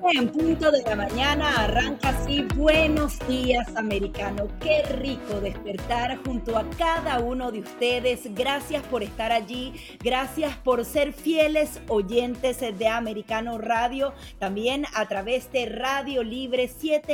En punto de la mañana arranca así Buenos Días Americano. Qué rico despertar junto a cada uno de ustedes. Gracias por estar allí. Gracias por ser fieles oyentes de Americano Radio. También a través de Radio Libre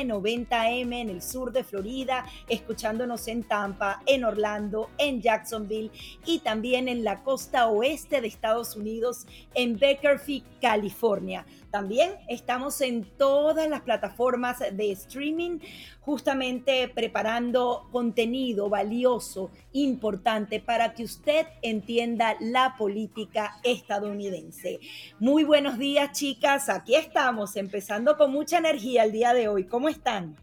790M en el sur de Florida, escuchándonos en Tampa, en Orlando, en Jacksonville y también en la costa oeste de Estados Unidos, en Bakersfield, California. También estamos en todas las plataformas de streaming, justamente preparando contenido valioso, importante, para que usted entienda la política estadounidense. Muy buenos días, chicas. Aquí estamos, empezando con mucha energía el día de hoy. ¿Cómo están?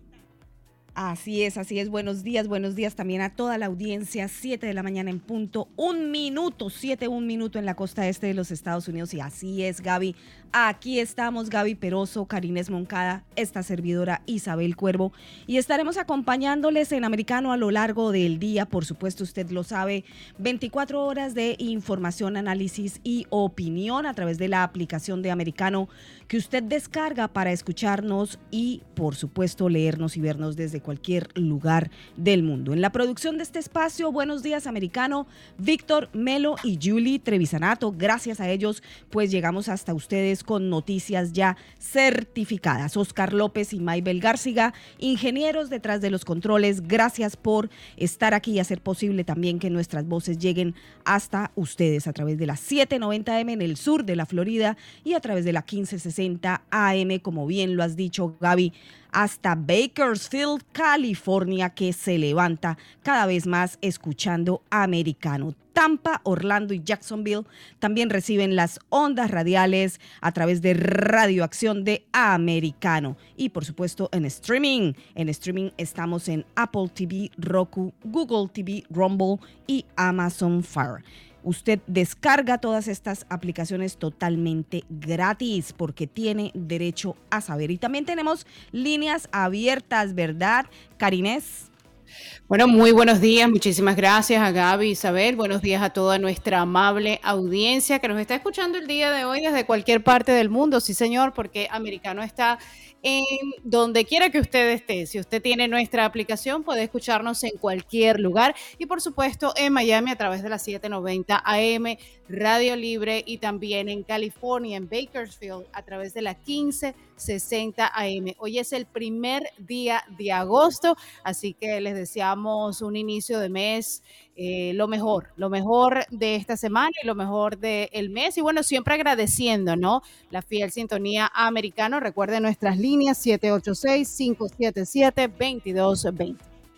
Así es, así es. Buenos días también a toda la audiencia. 7 de la mañana en punto, 1 minuto, 1 minuto en la costa este de los Estados Unidos. Y así es, Gaby. Aquí estamos, Gaby Peroso, Karines Moncada, esta servidora Isabel Cuervo. Y estaremos acompañándoles en Americano a lo largo del día. Por supuesto, usted lo sabe, 24 horas de información, análisis y opinión a través de la aplicación de Americano que usted descarga para escucharnos y, por supuesto, leernos y vernos desde cualquier lugar del mundo. En la producción de este espacio, Buenos Días Americano, Víctor Melo y Julie Trevisanato. Gracias a ellos, pues llegamos hasta ustedes con noticias ya certificadas. Oscar López y Maybel Gárciga, ingenieros detrás de los controles, gracias por estar aquí y hacer posible también que nuestras voces lleguen hasta ustedes a través de la 790M en el sur de la Florida y a través de la 1560 AM, como bien lo has dicho, Gaby, hasta Bakersfield, California, que se levanta cada vez más escuchando Americano. Tampa, Orlando y Jacksonville también reciben las ondas radiales a través de Radioacción de Americano. Y por supuesto en streaming. En streaming estamos en Apple TV, Roku, Google TV, Rumble y Amazon Fire. Usted descarga todas estas aplicaciones totalmente gratis porque tiene derecho a saber. Y también tenemos líneas abiertas, ¿verdad, Karines? Bueno, muy buenos días, muchísimas gracias a Gaby, Isabel, buenos días a toda nuestra amable audiencia que nos está escuchando el día de hoy desde cualquier parte del mundo, sí señor, porque Americano está en donde quiera que usted esté. Si usted tiene nuestra aplicación, puede escucharnos en cualquier lugar y por supuesto en Miami a través de la 790 AM, Radio Libre y también en California, en Bakersfield a través de la 1560 AM. Hoy es el primer día de agosto, así que les deseamos un inicio de mes, lo mejor de esta semana y lo mejor del mes. Y bueno, siempre agradeciendo, ¿no? La fiel sintonía Americano. Recuerden nuestras líneas 786-577-2220.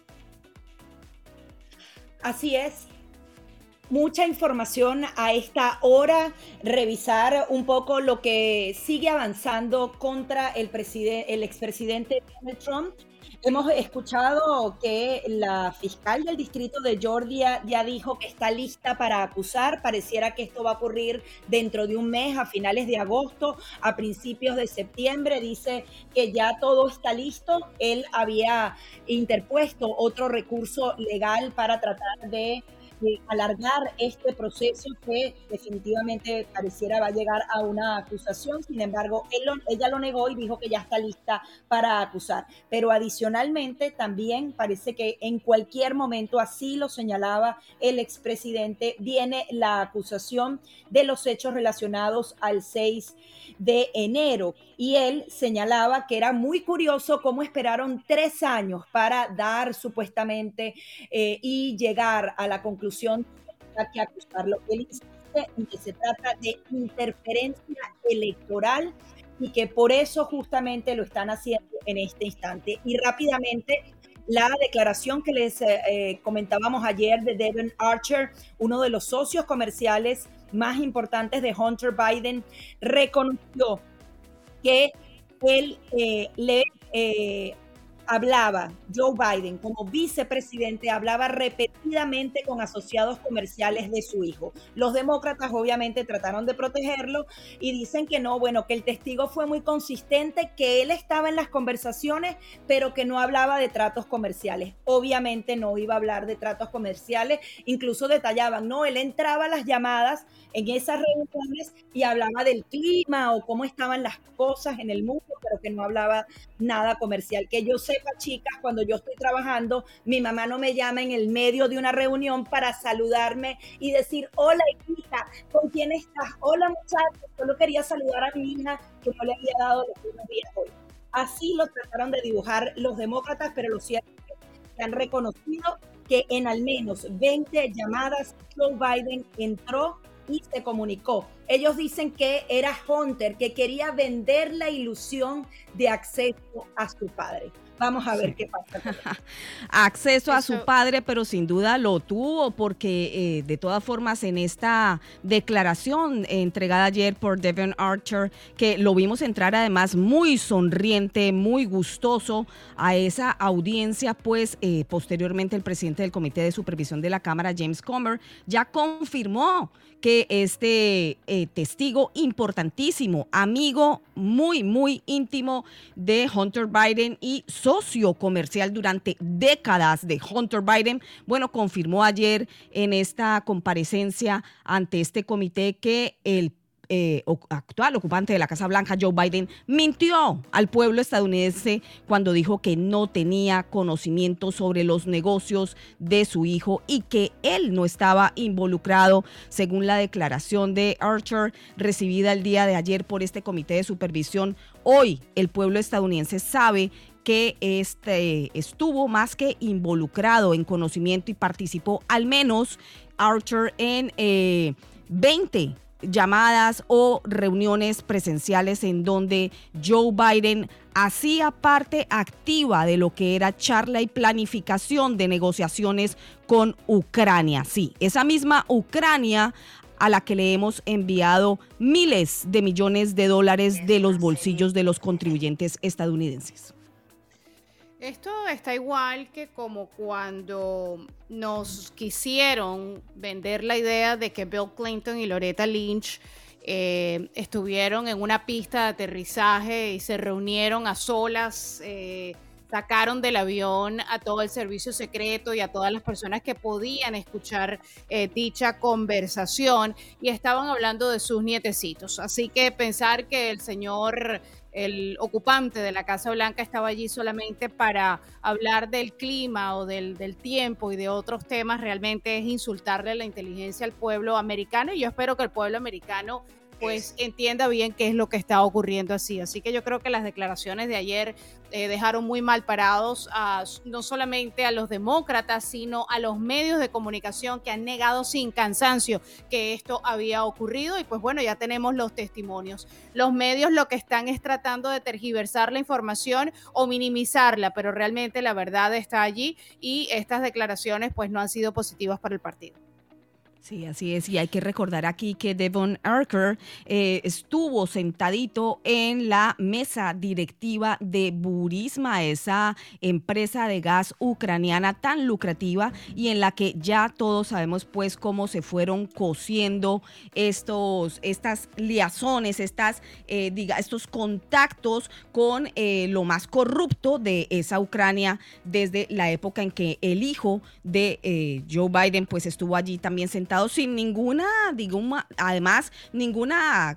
Así es. Mucha información a esta hora, revisar un poco lo que sigue avanzando contra el expresidente Donald Trump. Hemos escuchado que la fiscal del distrito de Georgia ya dijo que está lista para acusar. Pareciera que esto va a ocurrir dentro de un mes, a finales de agosto, a principios de septiembre. Dice que ya todo está listo. Él había interpuesto otro recurso legal para tratar de alargar este proceso que definitivamente pareciera va a llegar a una acusación. Sin embargo, ella lo negó y dijo que ya está lista para acusar. Pero adicionalmente también parece que en cualquier momento, así lo señalaba el expresidente, viene la acusación de los hechos relacionados al 6 de enero. Y él señalaba que era muy curioso cómo esperaron 3 años para dar supuestamente y llegar a la conclusión que acusarlo. Él insiste en que se trata de interferencia electoral y que por eso justamente lo están haciendo en este instante. Y rápidamente, la declaración que les comentábamos ayer de Devon Archer, uno de los socios comerciales más importantes de Hunter Biden, reconoció que él le hablaba Joe Biden como vicepresidente, hablaba repetidamente con asociados comerciales de su hijo. Los demócratas obviamente trataron de protegerlo y dicen que no, bueno, que el testigo fue muy consistente, que él estaba en las conversaciones, pero que no hablaba de tratos comerciales. Obviamente no iba a hablar de tratos comerciales, incluso detallaban, no, él entraba a las llamadas en esas reuniones y hablaba del clima o cómo estaban las cosas en el mundo, pero que no hablaba nada comercial. Que yo sepa, chicas, cuando yo estoy trabajando, mi mamá no me llama en el medio de una reunión para saludarme y decir, hola hija, ¿con quién estás? Hola muchachos, solo quería saludar a mi hija que no le había dado los buenos días hoy. Así lo trataron de dibujar los demócratas, pero lo cierto es que han reconocido que en al menos 20 llamadas Joe Biden entró y se comunicó. Ellos dicen que era Hunter, que quería vender la ilusión de acceso a su padre. Vamos a ver qué pasa. Acceso a su padre, pero sin duda lo tuvo, porque de todas formas en esta declaración entregada ayer por Devon Archer, que lo vimos entrar además muy sonriente, muy gustoso a esa audiencia, pues posteriormente el presidente del Comité de Supervisión de la Cámara, James Comer, ya confirmó que este testigo importantísimo, amigo muy, muy íntimo de Hunter Biden y socio comercial durante décadas de Hunter Biden, bueno, confirmó ayer en esta comparecencia ante este comité que el actual ocupante de la Casa Blanca, Joe Biden, mintió al pueblo estadounidense cuando dijo que no tenía conocimiento sobre los negocios de su hijo y que él no estaba involucrado, según la declaración de Archer recibida el día de ayer por este comité de supervisión. Hoy el pueblo estadounidense sabe que estuvo más que involucrado en conocimiento y participó al menos Archer en 20 llamadas o reuniones presenciales en donde Joe Biden hacía parte activa de lo que era charla y planificación de negociaciones con Ucrania. Sí, esa misma Ucrania a la que le hemos enviado miles de millones de dólares de los bolsillos de los contribuyentes estadounidenses. Esto está igual que como cuando nos quisieron vender la idea de que Bill Clinton y Loretta Lynch estuvieron en una pista de aterrizaje y se reunieron a solas, sacaron del avión a todo el servicio secreto y a todas las personas que podían escuchar dicha conversación y estaban hablando de sus nietecitos. Así que pensar que el ocupante de la Casa Blanca estaba allí solamente para hablar del clima o del tiempo y de otros temas, realmente es insultarle la inteligencia al pueblo americano, y yo espero que el pueblo americano pues entienda bien qué es lo que está ocurriendo así. Así que yo creo que las declaraciones de ayer dejaron muy mal parados no solamente a los demócratas, sino a los medios de comunicación que han negado sin cansancio que esto había ocurrido. Y pues bueno, ya tenemos los testimonios. Los medios lo que están es tratando de tergiversar la información o minimizarla, pero realmente la verdad está allí y estas declaraciones pues no han sido positivas para el partido. Sí, así es, y hay que recordar aquí que Devon Archer estuvo sentadito en la mesa directiva de Burisma, esa empresa de gas ucraniana tan lucrativa y en la que ya todos sabemos pues cómo se fueron cosiendo estas liazones, estos contactos con lo más corrupto de esa Ucrania desde la época en que el hijo de Joe Biden pues estuvo allí también sentado sin ninguna, además, ninguna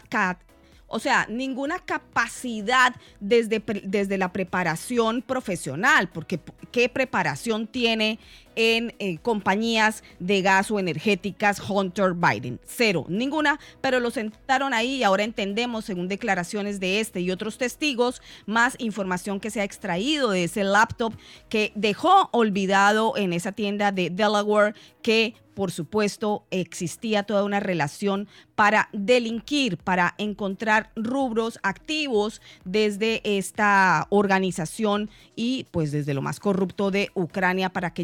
capacidad desde la preparación profesional, porque ¿qué preparación tiene en compañías de gas o energéticas Hunter Biden? Cero, ninguna, pero lo sentaron ahí y ahora entendemos, según declaraciones de este y otros testigos, más información que se ha extraído de ese laptop que dejó olvidado en esa tienda de Delaware, que por supuesto existía toda una relación para delinquir, para encontrar rubros activos desde esta organización y pues desde lo más corrupto de Ucrania para que llegara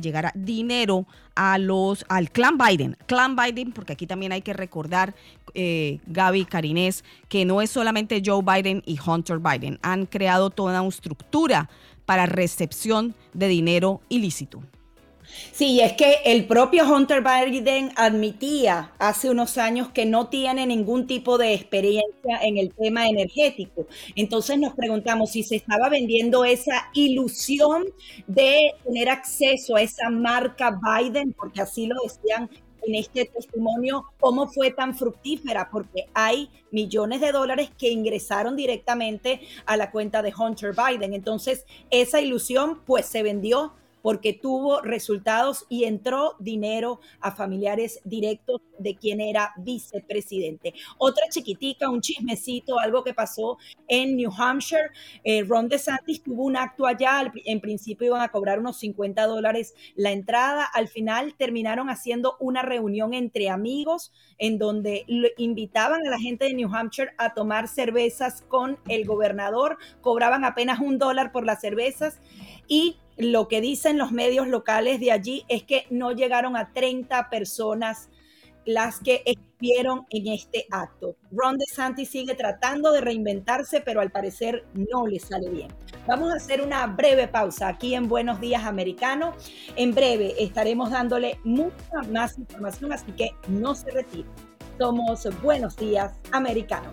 dinero al clan Biden. Clan Biden, porque aquí también hay que recordar, Gaby, Carinés, que no es solamente Joe Biden y Hunter Biden. Han creado toda una estructura para recepción de dinero ilícito. Sí, es que el propio Hunter Biden admitía hace unos años que no tiene ningún tipo de experiencia en el tema energético. Entonces nos preguntamos si se estaba vendiendo esa ilusión de tener acceso a esa marca Biden, porque así lo decían en este testimonio, cómo fue tan fructífera, porque hay millones de dólares que ingresaron directamente a la cuenta de Hunter Biden. Entonces, esa ilusión pues se vendió porque tuvo resultados y entró dinero a familiares directos de quien era vicepresidente. Otra chiquitica, un chismecito, algo que pasó en New Hampshire. Ron DeSantis tuvo un acto allá, en principio iban a cobrar unos $50 la entrada, al final terminaron haciendo una reunión entre amigos en donde invitaban a la gente de New Hampshire a tomar cervezas con el gobernador, cobraban apenas $1 por las cervezas y lo que dicen los medios locales de allí es que no llegaron a 30 personas las que estuvieron en este acto. Ron DeSantis sigue tratando de reinventarse, pero al parecer no le sale bien. Vamos a hacer una breve pausa aquí en Buenos Días Americano. En breve estaremos dándole mucha más información, así que no se retire. Somos Buenos Días Americano.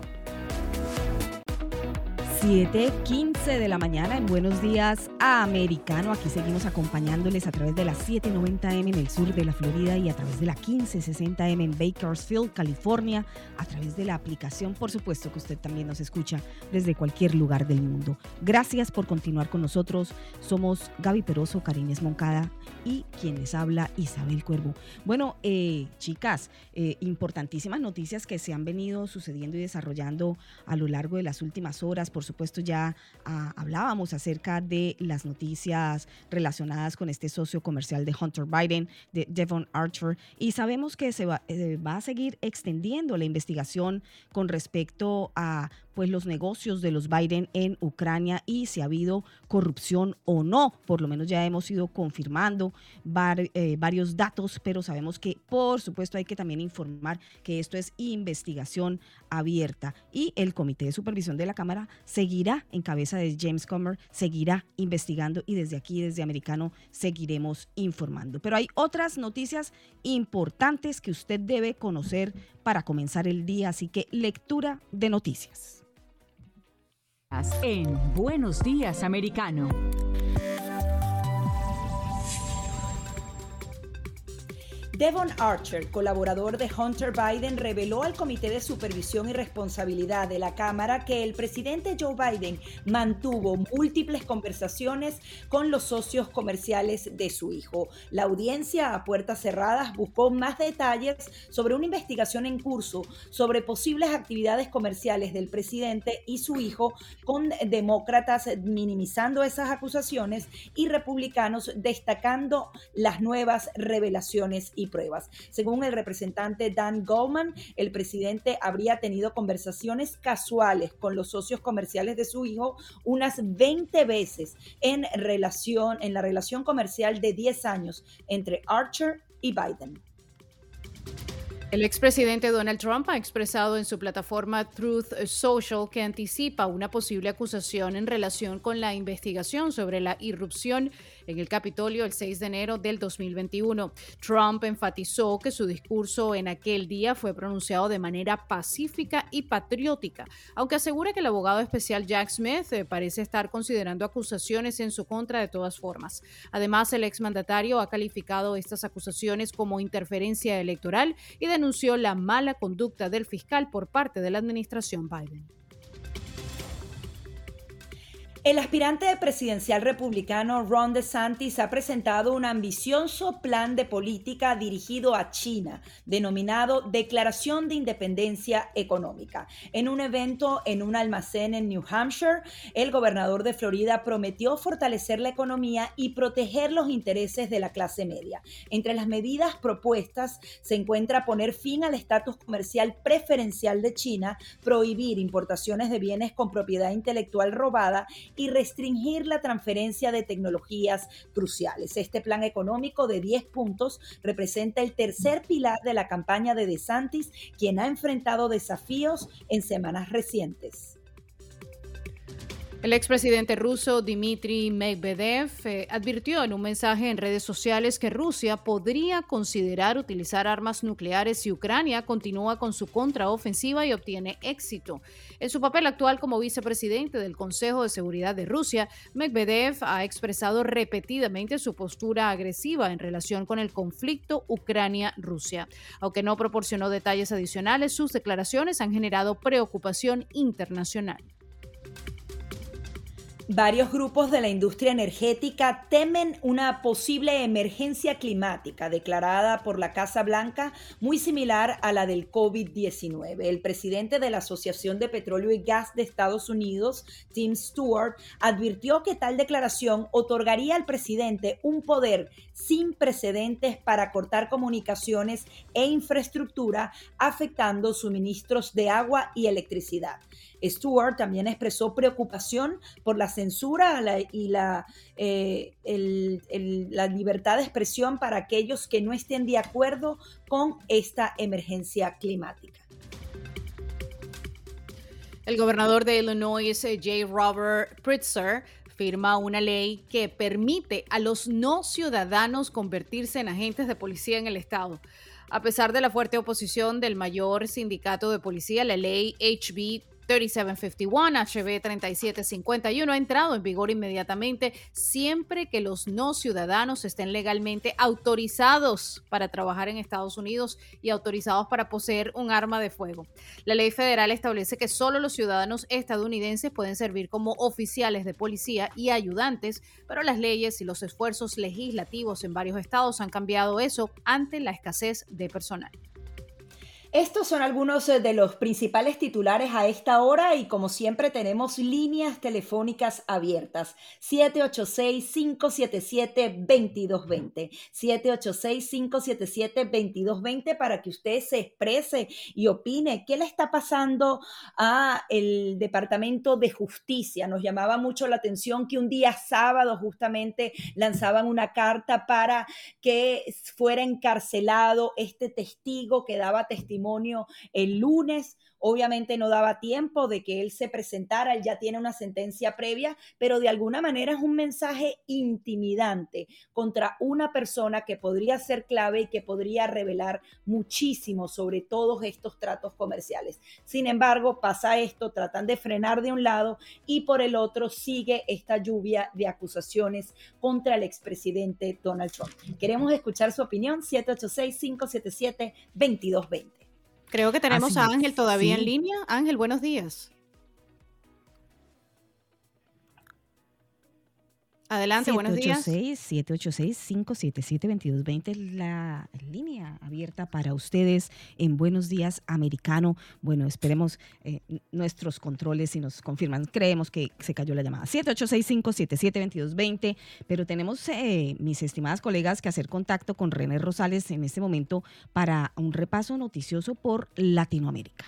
7:15 de la mañana en Buenos Días Americano. Aquí seguimos acompañándoles a través de la 790M en el sur de la Florida y a través de la 1560M en Bakersfield, California, a través de la aplicación, por supuesto que usted también nos escucha desde cualquier lugar del mundo. Gracias por continuar con nosotros. Somos Gaby Peroso, Carinés Moncada y quien les habla, Isabel Cuervo. Bueno, chicas, importantísimas noticias que se han venido sucediendo y desarrollando a lo largo de las últimas horas. Por supuesto, ya hablábamos acerca de las noticias relacionadas con este socio comercial de Hunter Biden, de Devon Archer, y sabemos que se va a seguir extendiendo la investigación con respecto a pues los negocios de los Biden en Ucrania y si ha habido corrupción o no. Por lo menos ya hemos ido confirmando varios datos, pero sabemos que por supuesto hay que también informar que esto es investigación abierta y el Comité de Supervisión de la Cámara seguirá en cabeza de James Comer, seguirá investigando y desde aquí, desde Americano, seguiremos informando. Pero hay otras noticias importantes que usted debe conocer para comenzar el día, así que lectura de noticias. En Buenos Días Americano. Devon Archer, colaborador de Hunter Biden, reveló al Comité de Supervisión y Responsabilidad de la Cámara que el presidente Joe Biden mantuvo múltiples conversaciones con los socios comerciales de su hijo. La audiencia a puertas cerradas buscó más detalles sobre una investigación en curso sobre posibles actividades comerciales del presidente y su hijo, con demócratas minimizando esas acusaciones y republicanos destacando las nuevas revelaciones y pruebas. Según el representante Dan Goldman, el presidente habría tenido conversaciones casuales con los socios comerciales de su hijo unas 20 veces en la relación comercial de 10 años entre Archer y Biden. El expresidente Donald Trump ha expresado en su plataforma Truth Social que anticipa una posible acusación en relación con la investigación sobre la irrupción en el Capitolio el 6 de enero del 2021. Trump enfatizó que su discurso en aquel día fue pronunciado de manera pacífica y patriótica, aunque asegura que el abogado especial Jack Smith parece estar considerando acusaciones en su contra de todas formas. Además, el exmandatario ha calificado estas acusaciones como interferencia electoral y denunció la mala conducta del fiscal por parte de la administración Biden. El aspirante presidencial republicano Ron DeSantis ha presentado un ambicioso plan de política dirigido a China, denominado Declaración de Independencia Económica. En un evento en un almacén en New Hampshire, el gobernador de Florida prometió fortalecer la economía y proteger los intereses de la clase media. Entre las medidas propuestas se encuentra poner fin al estatus comercial preferencial de China, prohibir importaciones de bienes con propiedad intelectual robada y restringir la transferencia de tecnologías cruciales. Este plan económico de 10 puntos representa el tercer pilar de la campaña de DeSantis, quien ha enfrentado desafíos en semanas recientes. El expresidente ruso Dmitry Medvedev advirtió en un mensaje en redes sociales que Rusia podría considerar utilizar armas nucleares si Ucrania continúa con su contraofensiva y obtiene éxito. En su papel actual como vicepresidente del Consejo de Seguridad de Rusia, Medvedev ha expresado repetidamente su postura agresiva en relación con el conflicto Ucrania-Rusia. Aunque no proporcionó detalles adicionales, sus declaraciones han generado preocupación internacional. Varios grupos de la industria energética temen una posible emergencia climática declarada por la Casa Blanca, muy similar a la del COVID-19. El presidente de la Asociación de Petróleo y Gas de Estados Unidos, Tim Stewart, advirtió que tal declaración otorgaría al presidente un poder sin precedentes para cortar comunicaciones e infraestructura, afectando suministros de agua y electricidad. Stewart también expresó preocupación por la censura y la libertad de expresión para aquellos que no estén de acuerdo con esta emergencia climática. El gobernador de Illinois, J. Robert Pritzker, firma una ley que permite a los no ciudadanos convertirse en agentes de policía en el estado. A pesar de la fuerte oposición del mayor sindicato de policía, la ley HB 3751, HB 3751 ha entrado en vigor inmediatamente siempre que los no ciudadanos estén legalmente autorizados para trabajar en Estados Unidos y autorizados para poseer un arma de fuego. La ley federal establece que solo los ciudadanos estadounidenses pueden servir como oficiales de policía y ayudantes, pero las leyes y los esfuerzos legislativos en varios estados han cambiado eso ante la escasez de personal. Estos son algunos de los principales titulares a esta hora y como siempre tenemos líneas telefónicas abiertas. 786-577-2220. 786-577-2220 para que usted se exprese y opine qué le está pasando al Departamento de Justicia. Nos llamaba mucho la atención que un día sábado justamente lanzaban una carta para que fuera encarcelado este testigo que daba testimonio el lunes. Obviamente no daba tiempo de que él se presentara, él ya tiene una sentencia previa, pero de alguna manera es un mensaje intimidante contra una persona que podría ser clave y que podría revelar muchísimo sobre todos estos tratos comerciales. Sin embargo, pasa esto, tratan de frenar de un lado y por el otro sigue esta lluvia de acusaciones contra el expresidente Donald Trump. Queremos escuchar su opinión, 786-577-2220. Creo que tenemos a Ángel todavía sí. en línea. Ángel, buenos días. Adelante, buenos días. 786-577-2220 es la línea abierta para ustedes en Buenos Días Americano. Bueno, esperemos nuestros controles si nos confirman. Creemos que se cayó la llamada. 786-577-2220, pero tenemos, mis estimadas colegas, que hacer contacto con René Rosales en este momento para un repaso noticioso por Latinoamérica.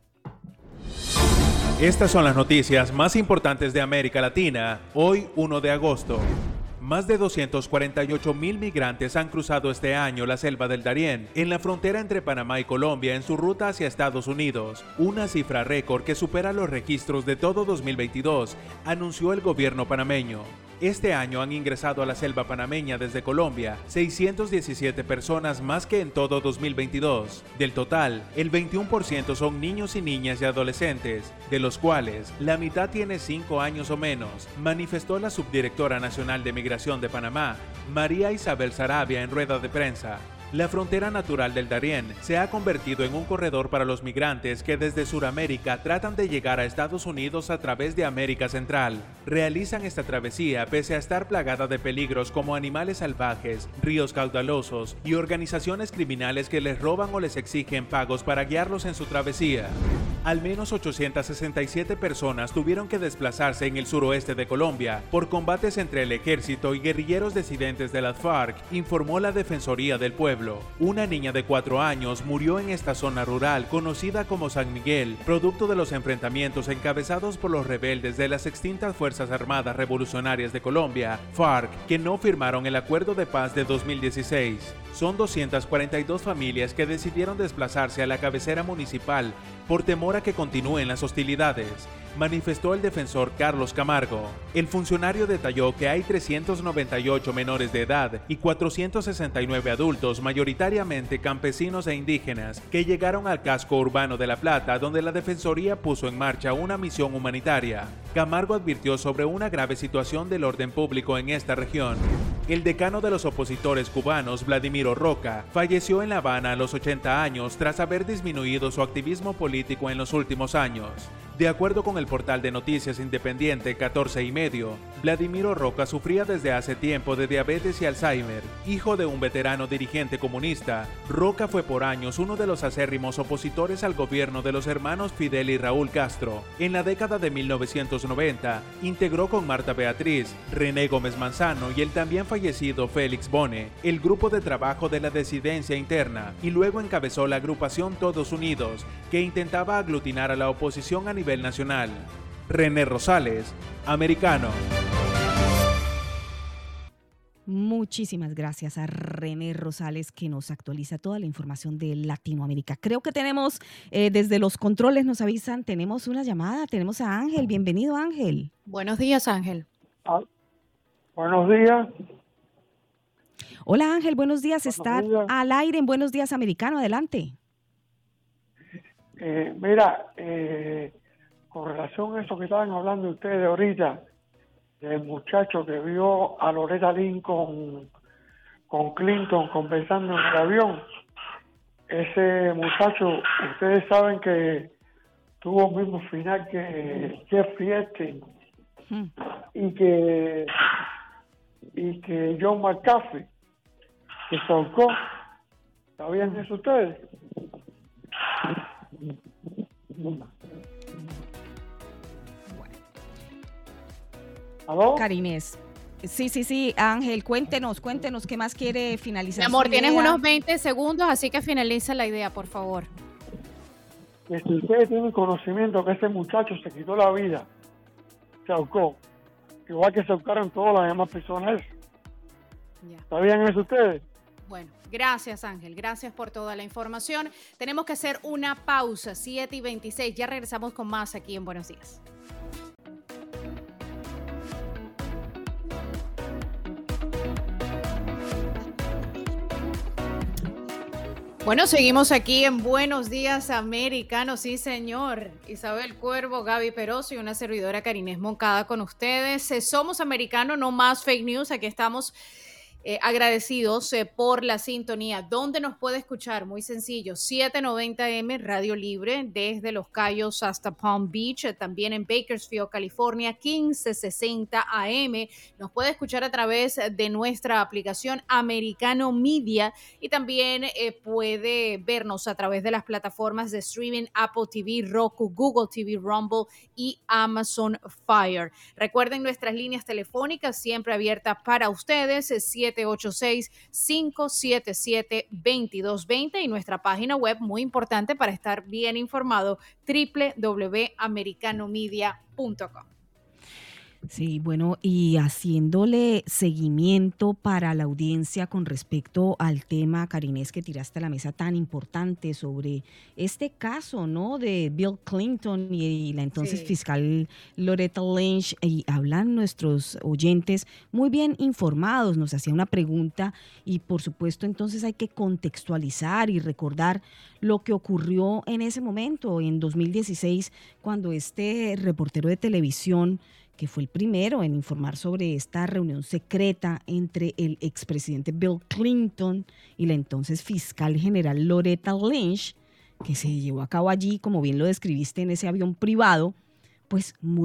Estas son las noticias más importantes de América Latina, hoy 1 de agosto. Más de 248,000 migrantes han cruzado este año la selva del Darién, en la frontera entre Panamá y Colombia, en su ruta hacia Estados Unidos, una cifra récord que supera los registros de todo 2022, anunció el gobierno panameño. Este año han ingresado a la selva panameña desde Colombia 617 personas más que en todo 2022. Del total, el 21% son niños y niñas y adolescentes, de los cuales la mitad tiene 5 años o menos, manifestó la subdirectora nacional de Migración de Panamá, María Isabel Sarabia, en rueda de prensa. La frontera natural del Darién se ha convertido en un corredor para los migrantes que desde Sudamérica tratan de llegar a Estados Unidos a través de América Central. Realizan esta travesía pese a estar plagada de peligros como animales salvajes, ríos caudalosos y organizaciones criminales que les roban o les exigen pagos para guiarlos en su travesía. Al menos 867 personas tuvieron que desplazarse en el suroeste de Colombia por combates entre el ejército y guerrilleros disidentes de las FARC, informó la Defensoría del Pueblo. Una niña de 4 años murió en esta zona rural conocida como San Miguel, producto de los enfrentamientos encabezados por los rebeldes de las extintas Fuerzas Armadas Revolucionarias de Colombia, FARC, que no firmaron el Acuerdo de Paz de 2016. Son 242 familias que decidieron desplazarse a la cabecera municipal por temor a que continúen las hostilidades, manifestó el defensor Carlos Camargo. El funcionario detalló que hay 398 menores de edad y 469 adultos, mayoritariamente campesinos e indígenas, que llegaron al casco urbano de La Plata, donde la Defensoría puso en marcha una misión humanitaria. Camargo advirtió sobre una grave situación del orden público en esta región. El decano de los opositores cubanos, Vladimiro Roca, falleció en La Habana a los 80 años tras haber disminuido su activismo político en los últimos años. De acuerdo con el portal de noticias independiente 14 y medio, Vladimiro Roca sufría desde hace tiempo de diabetes y Alzheimer. Hijo de un veterano dirigente comunista, Roca fue por años uno de los acérrimos opositores al gobierno de los hermanos Fidel y Raúl Castro. En la década de 1990, integró con Marta Beatriz, René Gómez Manzano y el también fallecido Félix Bone el grupo de trabajo de la disidencia interna, y luego encabezó la agrupación Todos Unidos, que intentaba aglutinar a la oposición a nivel nacional. René Rosales, Americano. Muchísimas gracias a René Rosales, que nos actualiza toda la información de Latinoamérica. Creo que tenemos, desde los controles nos avisan, tenemos una llamada, tenemos a Ángel. Bienvenido, Ángel. Buenos días, Ángel. Buenos días. Hola, Ángel, buenos días. Está Buenos días. al aire en Buenos Días Americano. Adelante. Mira, con relación a eso que estaban hablando ustedes ahorita, del muchacho que vio a Loretta Lynn con Clinton conversando en el avión, ese muchacho, ustedes saben que tuvo el mismo final que Jeffrey Epstein y que John McAfee, que se ahorcó. ¿Sabían eso ustedes? ¿Aló? Karinés. Sí, Ángel, cuéntenos qué más quiere finalizar. Mi amor, su tienes idea. unos 20 segundos, así que finaliza la idea, por favor. Que si ustedes tienen conocimiento que ese muchacho se quitó la vida, se ahorcó, igual que se ahorcaron todas las demás personas. Ya. ¿Sabían eso ustedes? Bueno, gracias, Ángel. Gracias por toda la información. Tenemos que hacer una pausa, 7:26. Ya regresamos con más aquí en Buenos Días. Bueno, seguimos aquí en Buenos Días Americanos, sí señor. Isabel Cuervo, Gaby Peroso y una servidora Karinés Moncada con ustedes. Somos Americanos, no más fake news. Aquí estamos agradecidos por la sintonía. ¿Dónde nos puede escuchar? Muy sencillo, 790M Radio Libre desde Los Cayos hasta Palm Beach, también en Bakersfield, California, 1560 AM. Nos puede escuchar a través de nuestra aplicación Americano Media y también puede vernos a través de las plataformas de streaming Apple TV, Roku, Google TV, Rumble y Amazon Fire. Recuerden nuestras líneas telefónicas siempre abiertas para ustedes, 786-577-2220 y nuestra página web, muy importante para estar bien informado, www.americanomedia.com. Sí, bueno, y haciéndole seguimiento para la audiencia con respecto al tema, Karinés, que tiraste a la mesa tan importante sobre este caso, ¿no?, de Bill Clinton y la entonces fiscal Loretta Lynch, y hablan nuestros oyentes muy bien informados, nos hacía una pregunta y por supuesto entonces hay que contextualizar y recordar lo que ocurrió en ese momento, en 2016, cuando este reportero de televisión, que fue el primero en informar sobre esta reunión secreta entre el expresidente Bill Clinton y la entonces fiscal general Loretta Lynch, que se llevó a cabo allí, como bien lo describiste, en ese avión privado, pues murió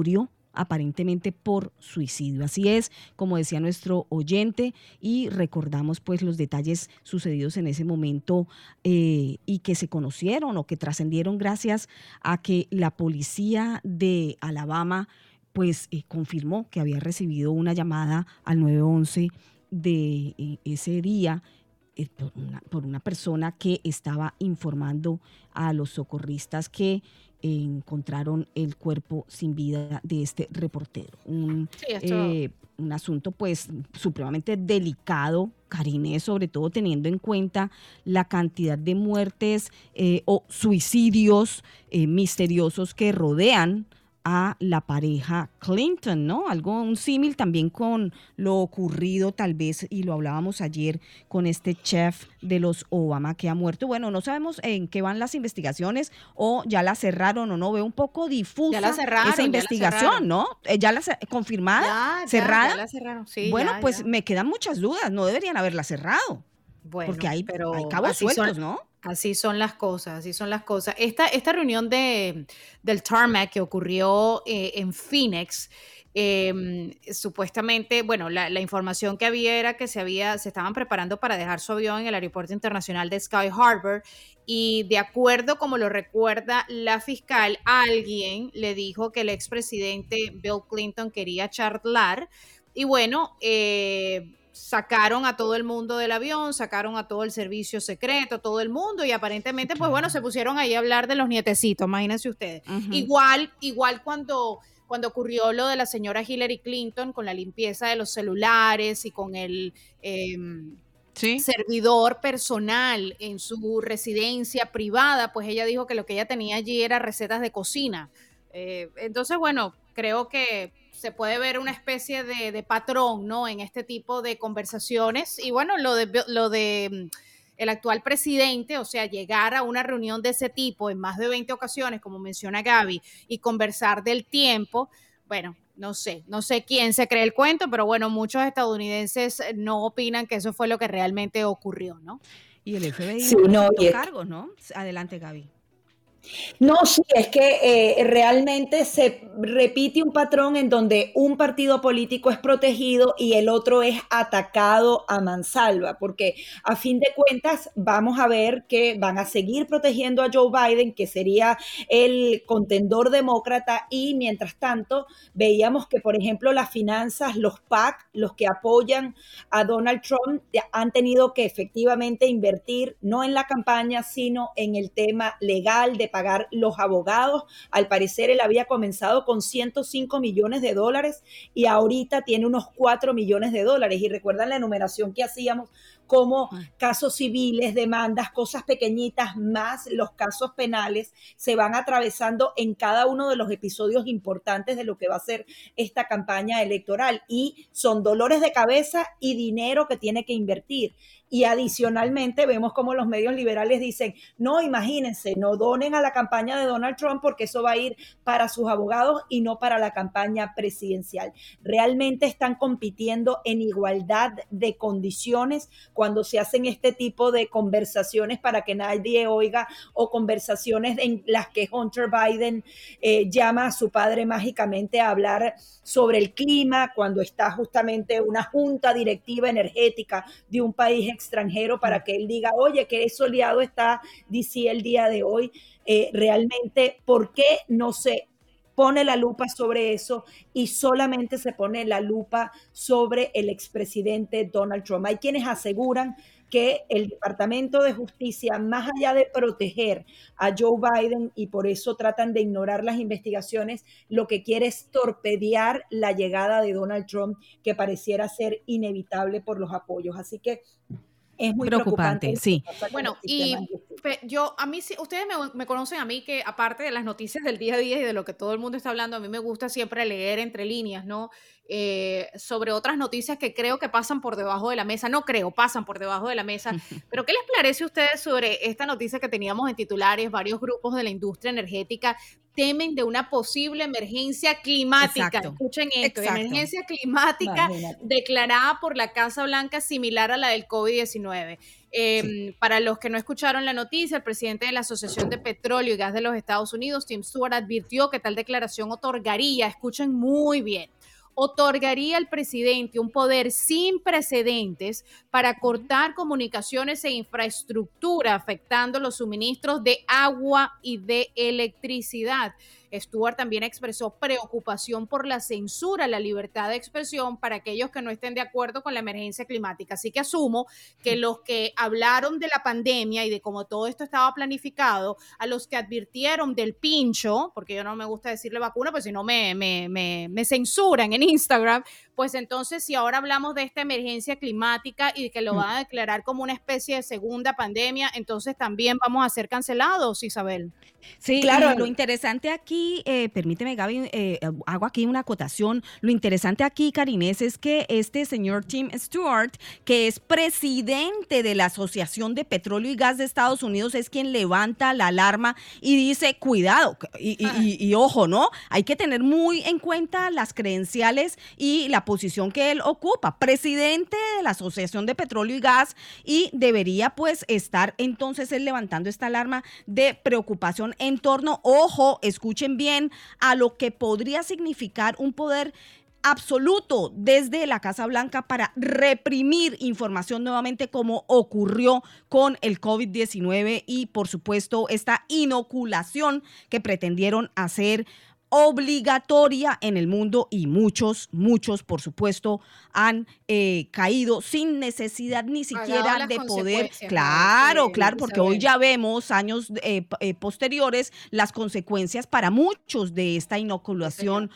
aparentemente por suicidio. Así es, como decía nuestro oyente, y recordamos pues los detalles sucedidos en ese momento y que se conocieron o que trascendieron gracias a que la policía de Alabama pues confirmó que había recibido una llamada al 911 de ese día por una persona que estaba informando a los socorristas que encontraron el cuerpo sin vida de este reportero. Un asunto pues supremamente delicado, Karine, sobre todo teniendo en cuenta la cantidad de muertes o suicidios misteriosos que rodean a la pareja Clinton, ¿no? Un símil también con lo ocurrido tal vez, y lo hablábamos ayer con este chef de los Obama que ha muerto. Bueno, no sabemos en qué van las investigaciones o ya la cerraron o no, veo un poco difusa esa investigación, ¿no? Ya la confirmada, cerrada. Ya la cerraron, sí. Bueno, pues me quedan muchas dudas, no deberían haberla cerrado. Bueno, porque hay cabos sueltos, ¿no? Así son las cosas, Esta reunión del Tarmac que ocurrió en Phoenix, supuestamente, bueno, la información que había era que se estaban preparando para dejar su avión en el aeropuerto internacional de Sky Harbor, y de acuerdo como lo recuerda la fiscal, alguien le dijo que el expresidente Bill Clinton quería charlar, y bueno, sacaron a todo el mundo del avión, sacaron a todo el servicio secreto, todo el mundo, y aparentemente, pues bueno, se pusieron ahí a hablar de los nietecitos, imagínense ustedes. Uh-huh. Igual cuando ocurrió lo de la señora Hillary Clinton con la limpieza de los celulares y con el servidor personal en su residencia privada, pues ella dijo que lo que ella tenía allí era recetas de cocina. Entonces, bueno, creo que se puede ver una especie de patrón, ¿no? En este tipo de conversaciones. Y bueno, lo de el actual presidente, o sea, llegar a una reunión de ese tipo en más de 20 ocasiones, como menciona Gaby, y conversar del tiempo, bueno, no sé quién se cree el cuento, pero bueno, muchos estadounidenses no opinan que eso fue lo que realmente ocurrió, ¿no? Y el FBI cargos, ¿no? Adelante, Gaby. No, sí, es que realmente se repite un patrón en donde un partido político es protegido y el otro es atacado a mansalva, porque a fin de cuentas vamos a ver que van a seguir protegiendo a Joe Biden, que sería el contendor demócrata, y mientras tanto veíamos que, por ejemplo, las finanzas, los PAC, los que apoyan a Donald Trump, han tenido que efectivamente invertir no en la campaña, sino en el tema legal de pagar los abogados. Al parecer él había comenzado con $105 millones y ahorita tiene unos $4 millones. Y recuerdan la enumeración que hacíamos, como casos civiles, demandas, cosas pequeñitas, más los casos penales, se van atravesando en cada uno de los episodios importantes de lo que va a ser esta campaña electoral, y son dolores de cabeza y dinero que tiene que invertir. Y adicionalmente vemos como los medios liberales dicen, no, imagínense, no donen a la campaña de Donald Trump porque eso va a ir para sus abogados y no para la campaña presidencial. Realmente están compitiendo en igualdad de condiciones cuando se hacen este tipo de conversaciones para que nadie oiga, o conversaciones en las que Hunter Biden llama a su padre mágicamente a hablar sobre el clima cuando está justamente una junta directiva energética de un país extranjero para que él diga, oye, qué soleado está DC el día de hoy. Realmente, ¿por qué no se pone la lupa sobre eso y solamente se pone la lupa sobre el expresidente Donald Trump? Hay quienes aseguran que el Departamento de Justicia, más allá de proteger a Joe Biden, y por eso tratan de ignorar las investigaciones, lo que quiere es torpedear la llegada de Donald Trump, que pareciera ser inevitable por los apoyos. Así que es muy preocupante. Sí. Bueno, y ustedes me conocen a mí, que aparte de las noticias del día a día y de lo que todo el mundo está hablando, a mí me gusta siempre leer entre líneas, ¿no? Sobre otras noticias que creo que pasan por debajo de la mesa. Pasan por debajo de la mesa. Pero ¿qué les parece a ustedes sobre esta noticia que teníamos en titulares? Varios grupos de la industria energética temen de una posible emergencia climática. Exacto. Escuchen esto, Exacto. emergencia climática declarada por la Casa Blanca similar a la del COVID-19. Para los que no escucharon la noticia, el presidente de la Asociación de Petróleo y Gas de los Estados Unidos, Tim Stewart, advirtió que tal declaración otorgaría, escuchen muy bien, otorgaría al presidente un poder sin precedentes para cortar comunicaciones e infraestructura, afectando los suministros de agua y de electricidad. Stewart también expresó preocupación por la censura a la libertad de expresión para aquellos que no estén de acuerdo con la emergencia climática. Así que asumo que los que hablaron de la pandemia y de cómo todo esto estaba planificado, a los que advirtieron del pincho, porque yo no me gusta decirle vacuna, pues si no me censuran en Instagram, pues entonces si ahora hablamos de esta emergencia climática y que lo van a declarar como una especie de segunda pandemia, entonces también vamos a ser cancelados, Isabel. Sí, claro. Lo interesante aquí, permíteme, Gaby, hago aquí una acotación. Lo interesante aquí, Karinés, es que este señor Tim Stewart, que es presidente de la Asociación de Petróleo y Gas de Estados Unidos, es quien levanta la alarma y dice, cuidado, y ojo, ¿no? Hay que tener muy en cuenta las credenciales y la posición que él ocupa, presidente de la Asociación de Petróleo y Gas, y debería pues estar entonces él levantando esta alarma de preocupación en torno, ojo, escuchen bien, a lo que podría significar un poder absoluto desde la Casa Blanca para reprimir información nuevamente, como ocurrió con el COVID-19 y por supuesto esta inoculación que pretendieron hacer obligatoria en el mundo, y muchos, por supuesto, han caído sin necesidad ni siquiera de poder. Claro, porque hoy ya vemos años posteriores las consecuencias para muchos de esta inoculación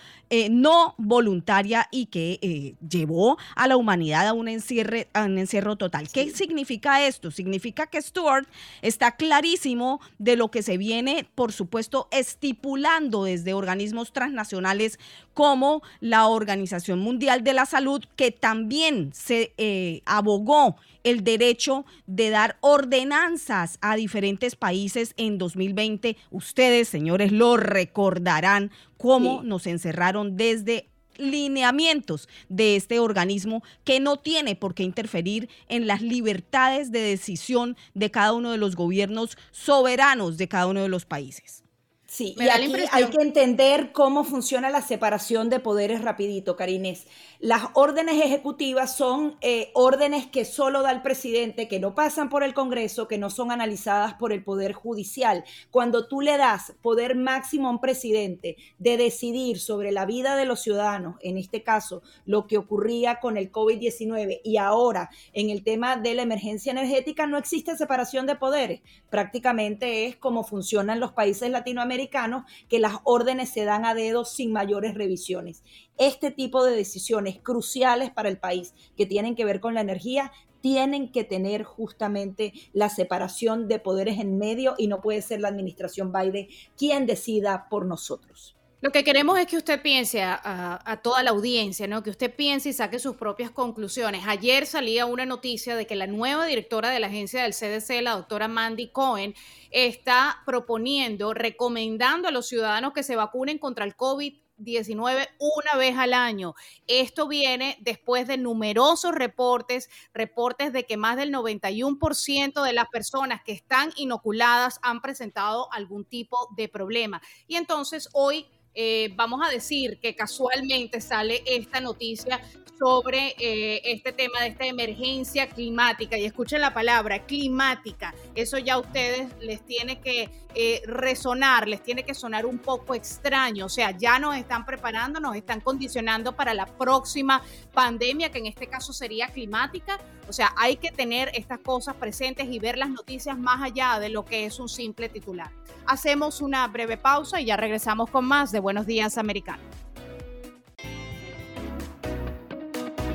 no voluntaria y que llevó a la humanidad a un encierro total. ¿Qué significa esto? Significa que Stewart está clarísimo de lo que se viene, por supuesto, estipulando desde organismos transnacionales como la Organización Mundial de la Salud, que también se abogó el derecho de dar ordenanzas a diferentes países en 2020. Ustedes, señores, lo recordarán cómo nos encerraron desde lineamientos de este organismo que no tiene por qué interferir en las libertades de decisión de cada uno de los gobiernos soberanos de cada uno de los países. Sí, y aquí hay que entender cómo funciona la separación de poderes rapidito, Karinés. Las órdenes ejecutivas son órdenes que solo da el presidente, que no pasan por el Congreso, que no son analizadas por el Poder Judicial. Cuando tú le das poder máximo a un presidente de decidir sobre la vida de los ciudadanos, en este caso lo que ocurría con el COVID-19 y ahora en el tema de la emergencia energética, no existe separación de poderes. Prácticamente es como funcionan los países latinoamericanos, que las órdenes se dan a dedo sin mayores revisiones. Este tipo de decisiones cruciales para el país que tienen que ver con la energía tienen que tener justamente la separación de poderes en medio, y no puede ser la administración Biden quien decida por nosotros. Lo que queremos es que usted piense a toda la audiencia, ¿no? Que usted piense y saque sus propias conclusiones. Ayer salía una noticia de que la nueva directora de la agencia del CDC, la doctora Mandy Cohen, está recomendando a los ciudadanos que se vacunen contra el COVID-19 una vez al año. Esto viene después de numerosos reportes de que más del 91% de las personas que están inoculadas han presentado algún tipo de problema. Y entonces hoy vamos a decir que casualmente sale esta noticia sobre este tema de esta emergencia climática, y escuchen la palabra climática, eso ya a ustedes les tiene que resonar, les tiene que sonar un poco extraño. O sea, ya nos están preparando, nos están condicionando para la próxima pandemia, que en este caso sería climática. O sea, hay que tener estas cosas presentes y ver las noticias más allá de lo que es un simple titular. Hacemos una breve pausa y ya regresamos con más de Buenos Días, Americano.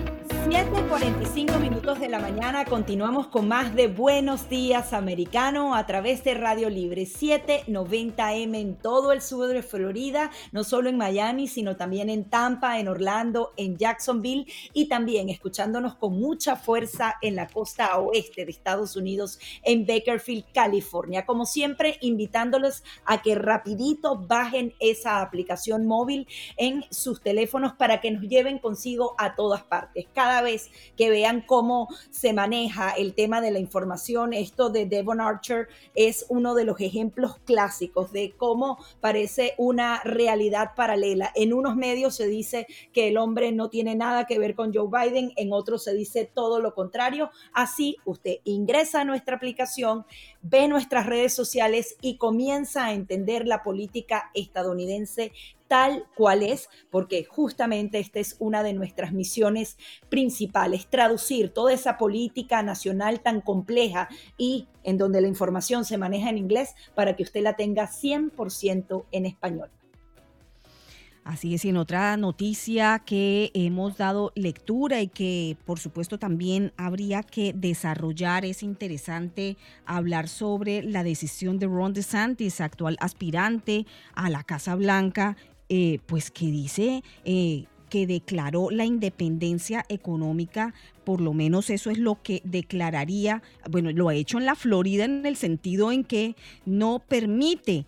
7:45 de la mañana, continuamos con más de Buenos Días Americano a través de Radio Libre 790M en todo el sur de Florida, no solo en Miami, sino también en Tampa, en Orlando, en Jacksonville y también escuchándonos con mucha fuerza en la costa oeste de Estados Unidos, en Bakersfield, California. Como siempre, invitándolos a que rapidito bajen esa aplicación móvil en sus teléfonos para que nos lleven consigo a todas partes. Cada vez que vean cómo se maneja el tema de la información, esto de Devon Archer es uno de los ejemplos clásicos de cómo parece una realidad paralela. En unos medios se dice que el hombre no tiene nada que ver con Joe Biden, en otros se dice todo lo contrario. Así usted ingresa a nuestra aplicación, ve nuestras redes sociales y comienza a entender la política estadounidense tal cual es, porque justamente esta es una de nuestras misiones principales, traducir toda esa política nacional tan compleja y en donde la información se maneja en inglés para que usted la tenga 100% en español. Así es, y en otra noticia que hemos dado lectura y que por supuesto también habría que desarrollar, es interesante hablar sobre la decisión de Ron DeSantis, actual aspirante a la Casa Blanca, pues que dice que declaró la independencia económica, por lo menos eso es lo que declararía, bueno, lo ha hecho en la Florida en el sentido en que no permite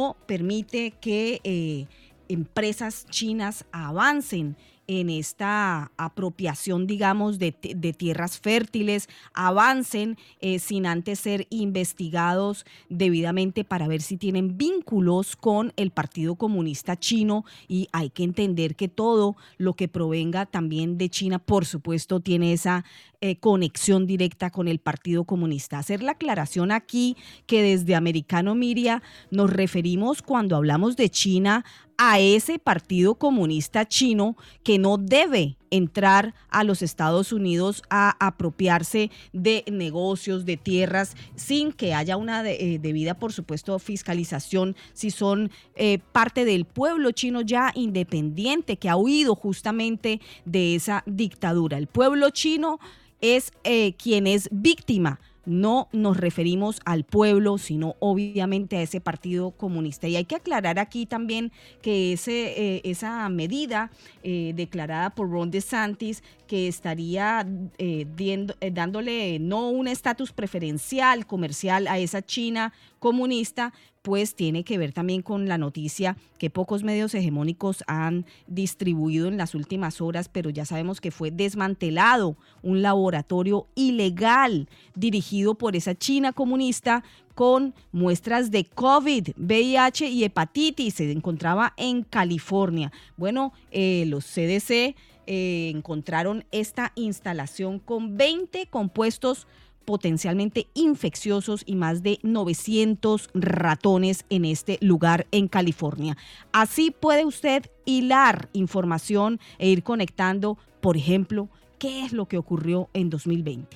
que empresas chinas avancen en esta apropiación, digamos, de tierras fértiles, avancen sin antes ser investigados debidamente para ver si tienen vínculos con el Partido Comunista Chino, y hay que entender que todo lo que provenga también de China, por supuesto, tiene esa conexión directa con el Partido Comunista. Hacer la aclaración aquí que desde Americano Media nos referimos cuando hablamos de China a ese Partido Comunista Chino que no debe entrar a los Estados Unidos a apropiarse de negocios, de tierras, sin que haya una debida, por supuesto, fiscalización, si son parte del pueblo chino ya independiente que ha huido justamente de esa dictadura. El pueblo chino es quien es víctima. No nos referimos al pueblo, sino obviamente a ese Partido Comunista. Y hay que aclarar aquí también que esa medida declarada por Ron DeSantis, que estaría dándole no un estatus preferencial comercial a esa China comunista, pues tiene que ver también con la noticia que pocos medios hegemónicos han distribuido en las últimas horas, pero ya sabemos que fue desmantelado un laboratorio ilegal dirigido por esa China comunista con muestras de COVID, VIH y hepatitis. Se encontraba en California. Bueno, los CDC encontraron esta instalación con 20 compuestos potencialmente infecciosos y más de 900 ratones en este lugar en California. Así puede usted hilar información e ir conectando, por ejemplo, qué es lo que ocurrió en 2020.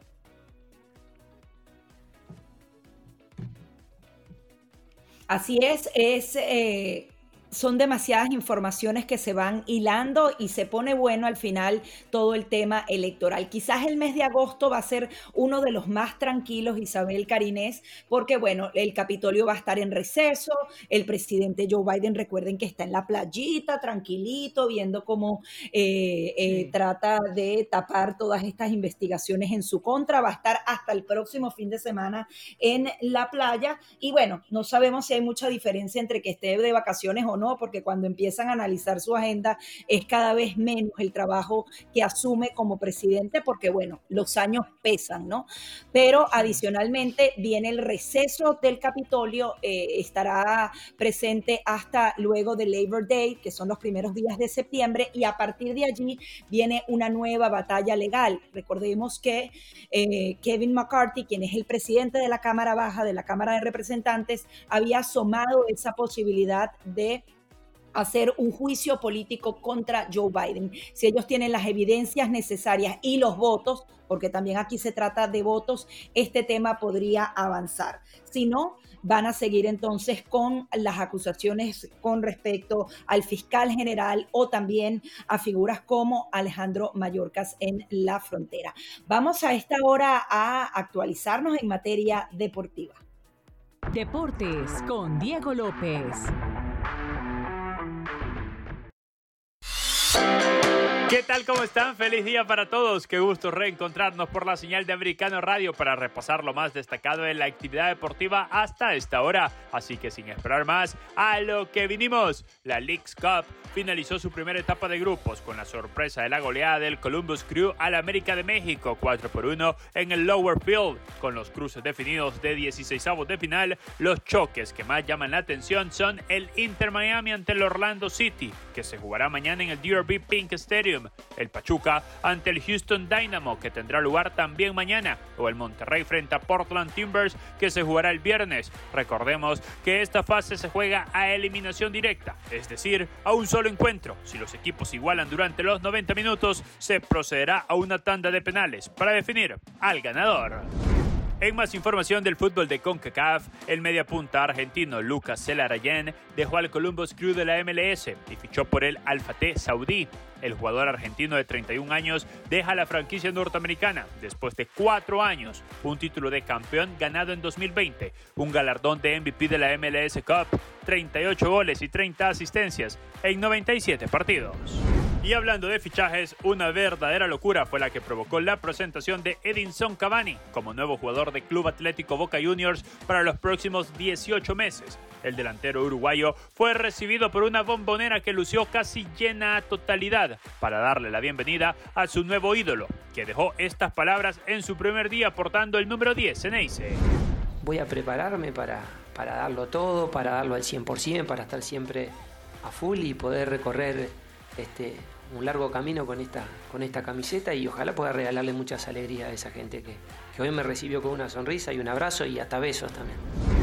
Así son demasiadas informaciones que se van hilando y se pone bueno al final todo el tema electoral. Quizás el mes de agosto va a ser uno de los más tranquilos, Isabel Carinés, porque bueno, el Capitolio va a estar en receso, el presidente Joe Biden, recuerden que está en la playita, tranquilito, viendo cómo trata de tapar todas estas investigaciones en su contra, va a estar hasta el próximo fin de semana en la playa y bueno, no sabemos si hay mucha diferencia entre que esté de vacaciones o no, porque cuando empiezan a analizar su agenda es cada vez menos el trabajo que asume como presidente, porque bueno, los años pesan, ¿no? Pero adicionalmente viene el receso del Capitolio, estará presente hasta luego de Labor Day, que son los primeros días de septiembre, y a partir de allí viene una nueva batalla legal. Recordemos que Kevin McCarthy, quien es el presidente de la Cámara Baja, de la Cámara de Representantes, había asomado esa posibilidad de hacer un juicio político contra Joe Biden. Si ellos tienen las evidencias necesarias y los votos, porque también aquí se trata de votos, este tema podría avanzar. Si no, van a seguir entonces con las acusaciones con respecto al fiscal general o también a figuras como Alejandro Mayorkas en la frontera. Vamos a esta hora a actualizarnos en materia deportiva. Deportes con Diego López. ¿Qué tal? ¿Cómo están? Feliz día para todos. Qué gusto reencontrarnos por la señal de Americano Radio para repasar lo más destacado en la actividad deportiva hasta esta hora. Así que sin esperar más, a lo que vinimos. La Leagues Cup finalizó su primera etapa de grupos con la sorpresa de la goleada del Columbus Crew al América de México 4-1 en el Lower Field. Con los cruces definidos de 16avos de final, los choques que más llaman la atención son el Inter Miami ante el Orlando City, que se jugará mañana en el DRB Pink Stadium, el Pachuca ante el Houston Dynamo, que tendrá lugar también mañana, o el Monterrey frente a Portland Timbers, que se jugará el viernes. Recordemos que esta fase se juega a eliminación directa, es decir, a un solo encuentro. Si los equipos igualan durante los 90 minutos, se procederá a una tanda de penales para definir al ganador. En más información del fútbol de CONCACAF, el mediapunta argentino Lucas Zelarayán dejó al Columbus Crew de la MLS y fichó por el Al-Fateh Saudí. El jugador argentino de 31 años deja la franquicia norteamericana después de 4 años, un título de campeón ganado en 2020, un galardón de MVP de la MLS Cup, 38 goles y 30 asistencias en 97 partidos. Y hablando de fichajes, una verdadera locura fue la que provocó la presentación de Edinson Cavani como nuevo jugador del Club Atlético Boca Juniors para los próximos 18 meses. El delantero uruguayo fue recibido por una bombonera que lució casi llena a totalidad para darle la bienvenida a su nuevo ídolo, que dejó estas palabras en su primer día portando el número 10 en Eice. Voy a prepararme para darlo todo, para darlo al 100%, para estar siempre a full y poder recorrer un largo camino con esta camiseta, y ojalá pueda regalarle muchas alegrías a esa gente que hoy me recibió con una sonrisa y un abrazo y hasta besos también.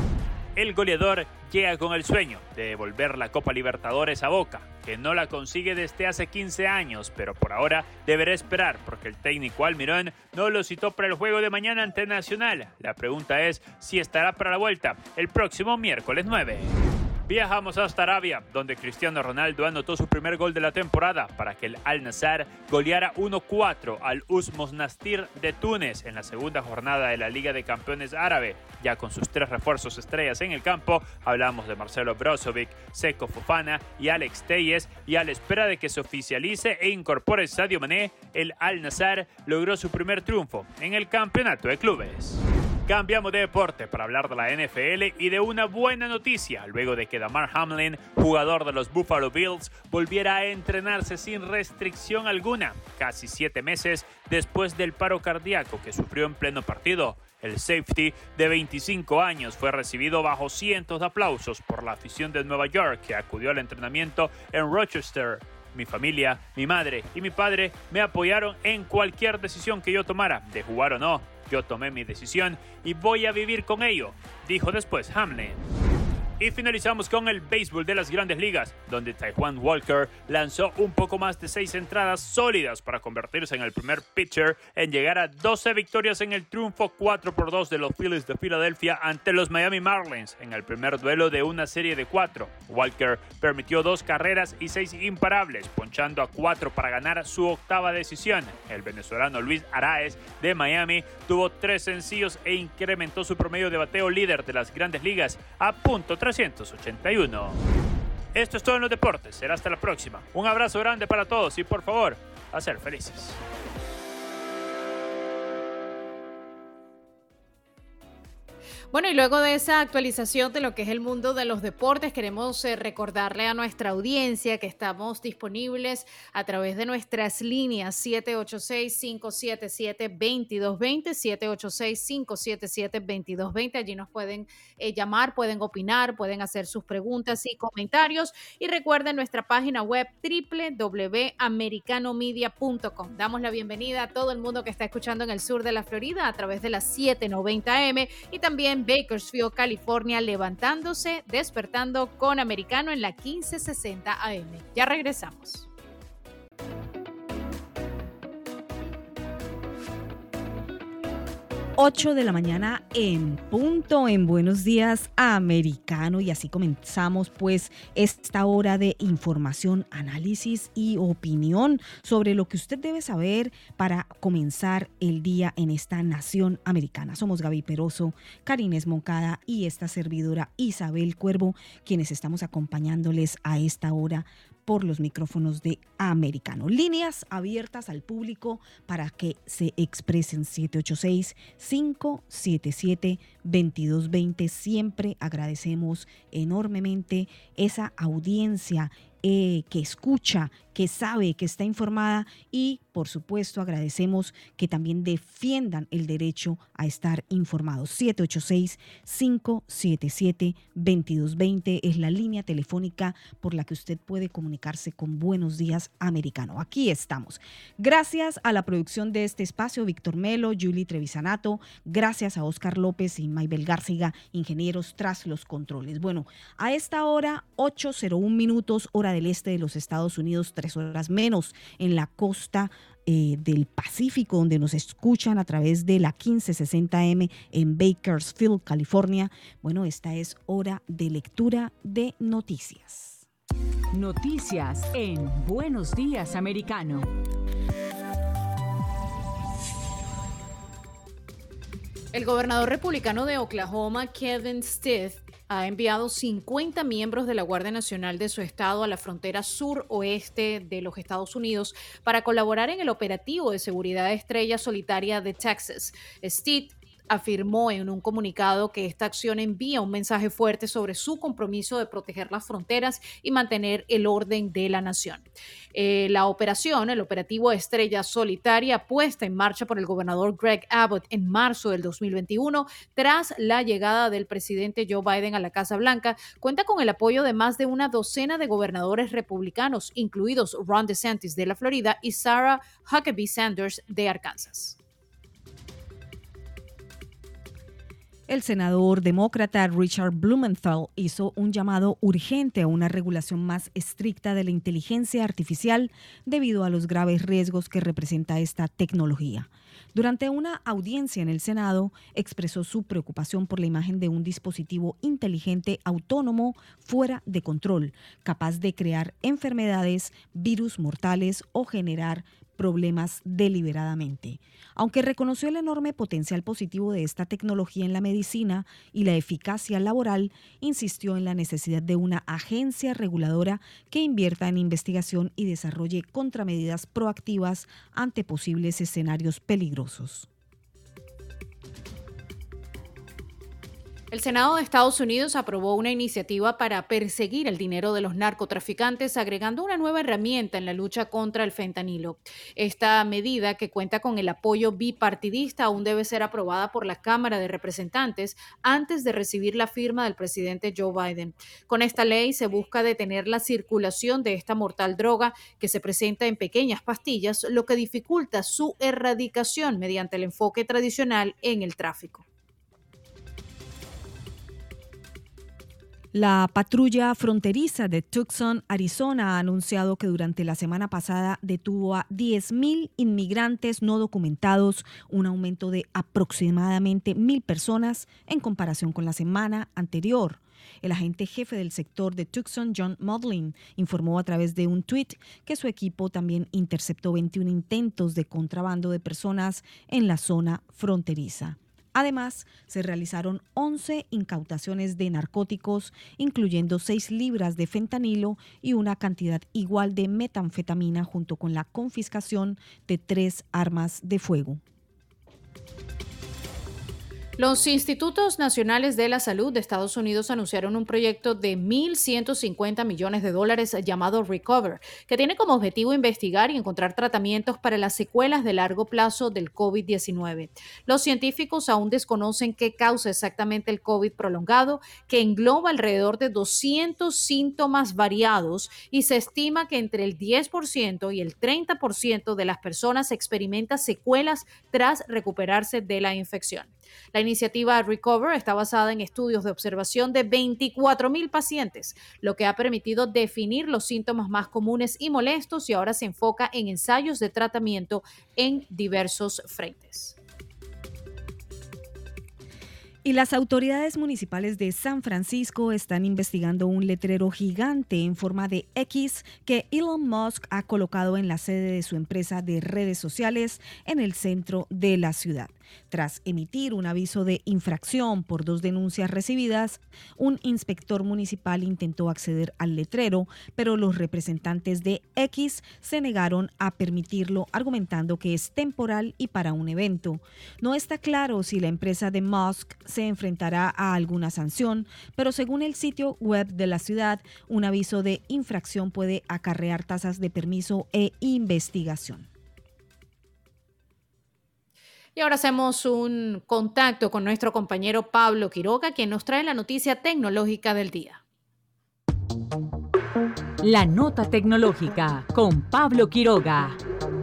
El goleador llega con el sueño de devolver la Copa Libertadores a Boca, que no la consigue desde hace 15 años, pero por ahora deberá esperar porque el técnico Almirón no lo citó para el juego de mañana ante Nacional. La pregunta es si estará para la vuelta el próximo miércoles 9. Viajamos hasta Arabia, donde Cristiano Ronaldo anotó su primer gol de la temporada para que el Al-Nassr goleara 1-4 al US Monastir de Túnez en la segunda jornada de la Liga de Campeones Árabe. Ya con sus 3 refuerzos estrellas en el campo, hablamos de Marcelo Brozovic, Seko Fofana y Alex Telles, y a la espera de que se oficialice e incorpore Sadio Mané, el Al-Nassr logró su primer triunfo en el campeonato de clubes. Cambiamos de deporte para hablar de la NFL y de una buena noticia, luego de que Damar Hamlin, jugador de los Buffalo Bills, volviera a entrenarse sin restricción alguna, casi 7 meses después del paro cardíaco que sufrió en pleno partido. El safety de 25 años fue recibido bajo cientos de aplausos por la afición de Nueva York, que acudió al entrenamiento en Rochester. Mi familia, mi madre y mi padre me apoyaron en cualquier decisión que yo tomara, de jugar o no. Yo tomé mi decisión y voy a vivir con ello, dijo después Hamlin. Y finalizamos con el béisbol de las Grandes Ligas, donde Taijuan Walker lanzó un poco más de 6 entradas sólidas para convertirse en el primer pitcher en llegar a 12 victorias en el triunfo 4-2 de los Phillies de Filadelfia ante los Miami Marlins en el primer duelo de una serie de 4. Walker permitió 2 carreras y 6 imparables, ponchando a 4 para ganar su octava decisión. El venezolano Luis Arraez de Miami tuvo 3 sencillos e incrementó su promedio de bateo líder de las Grandes Ligas a .381. Esto es todo en los deportes. Será hasta la próxima. Un abrazo grande para todos y por favor, a ser felices. Bueno, y luego de esa actualización de lo que es el mundo de los deportes, queremos recordarle a nuestra audiencia que estamos disponibles a través de nuestras líneas 786-577-2220, 786-577-2220. Allí nos pueden llamar, pueden opinar, pueden hacer sus preguntas y comentarios. Y recuerden nuestra página web www.americanomedia.com. Damos la bienvenida a todo el mundo que está escuchando en el sur de la Florida a través de las 790 AM y también en Bakersfield, California, levantándose, despertando con Americano en la 1560 AM. Ya regresamos. 8 de la mañana en punto, en Buenos Días Americano, y así comenzamos pues esta hora de información, análisis y opinión sobre lo que usted debe saber para comenzar el día en esta nación americana. Somos Gaby Peroso, Karines Moncada y esta servidora Isabel Cuervo, quienes estamos acompañándoles a esta hora por los micrófonos de Americano. Líneas abiertas al público para que se expresen. 786-577-2220. Siempre agradecemos enormemente esa audiencia que escucha, que sabe, que está informada, y por supuesto agradecemos que también defiendan el derecho a estar informados. 786-577-2220 es la línea telefónica por la que usted puede comunicarse con Buenos Días Americano. Aquí estamos. Gracias a la producción de este espacio, Víctor Melo, Julie Trevisanato, gracias a Oscar López y Maybel Gárciga, ingenieros tras los controles. Bueno, a esta hora, 8:01 minutos, hora del este de los Estados Unidos, 3 horas menos en la costa del Pacífico, donde nos escuchan a través de la 1560M en Bakersfield, California. Bueno, esta es hora de lectura de noticias. Noticias en Buenos Días Americano. El gobernador republicano de Oklahoma, Kevin Stitt, ha enviado 50 miembros de la Guardia Nacional de su estado a la frontera suroeste de los Estados Unidos para colaborar en el operativo de seguridad Estrella Solitaria de Texas. Stitt afirmó en un comunicado que esta acción envía un mensaje fuerte sobre su compromiso de proteger las fronteras y mantener el orden de la nación. La operación, el operativo Estrella Solitaria, puesta en marcha por el gobernador Greg Abbott en marzo del 2021, tras la llegada del presidente Joe Biden a la Casa Blanca, cuenta con el apoyo de más de una docena de gobernadores republicanos, incluidos Ron DeSantis de la Florida y Sarah Huckabee Sanders de Arkansas. El senador demócrata Richard Blumenthal hizo un llamado urgente a una regulación más estricta de la inteligencia artificial debido a los graves riesgos que representa esta tecnología. Durante una audiencia en el Senado, expresó su preocupación por la imagen de un dispositivo inteligente autónomo fuera de control, capaz de crear enfermedades, virus mortales o generar problemas deliberadamente. Aunque reconoció el enorme potencial positivo de esta tecnología en la medicina y la eficacia laboral, insistió en la necesidad de una agencia reguladora que invierta en investigación y desarrolle contramedidas proactivas ante posibles escenarios peligrosos. El Senado de Estados Unidos aprobó una iniciativa para perseguir el dinero de los narcotraficantes, agregando una nueva herramienta en la lucha contra el fentanilo. Esta medida, que cuenta con el apoyo bipartidista, aún debe ser aprobada por la Cámara de Representantes antes de recibir la firma del presidente Joe Biden. Con esta ley se busca detener la circulación de esta mortal droga que se presenta en pequeñas pastillas, lo que dificulta su erradicación mediante el enfoque tradicional en el tráfico. La patrulla fronteriza de Tucson, Arizona, ha anunciado que durante la semana pasada detuvo a 10,000 inmigrantes no documentados, un aumento de aproximadamente 1,000 personas en comparación con la semana anterior. El agente jefe del sector de Tucson, John Modlin, informó a través de un tuit que su equipo también interceptó 21 intentos de contrabando de personas en la zona fronteriza. Además, se realizaron 11 incautaciones de narcóticos, incluyendo 6 libras de fentanilo y una cantidad igual de metanfetamina, junto con la confiscación de 3 armas de fuego. Los Institutos Nacionales de la Salud de Estados Unidos anunciaron un proyecto de $1,150 millones llamado Recover, que tiene como objetivo investigar y encontrar tratamientos para las secuelas de largo plazo del COVID-19. Los científicos aún desconocen qué causa exactamente el COVID prolongado, que engloba alrededor de 200 síntomas variados, y se estima que entre el 10% y el 30% de las personas experimenta secuelas tras recuperarse de la infección. La iniciativa Recover está basada en estudios de observación de 24,000 pacientes, lo que ha permitido definir los síntomas más comunes y molestos, y ahora se enfoca en ensayos de tratamiento en diversos frentes. Y las autoridades municipales de San Francisco están investigando un letrero gigante en forma de X que Elon Musk ha colocado en la sede de su empresa de redes sociales en el centro de la ciudad. Tras emitir un aviso de infracción por 2 denuncias recibidas, un inspector municipal intentó acceder al letrero, pero los representantes de X se negaron a permitirlo, argumentando que es temporal y para un evento. No está claro si la empresa de Musk se enfrentará a alguna sanción, pero según el sitio web de la ciudad, un aviso de infracción puede acarrear tasas de permiso e investigación. Y ahora hacemos un contacto con nuestro compañero Pablo Quiroga, quien nos trae la noticia tecnológica del día. La nota tecnológica con Pablo Quiroga.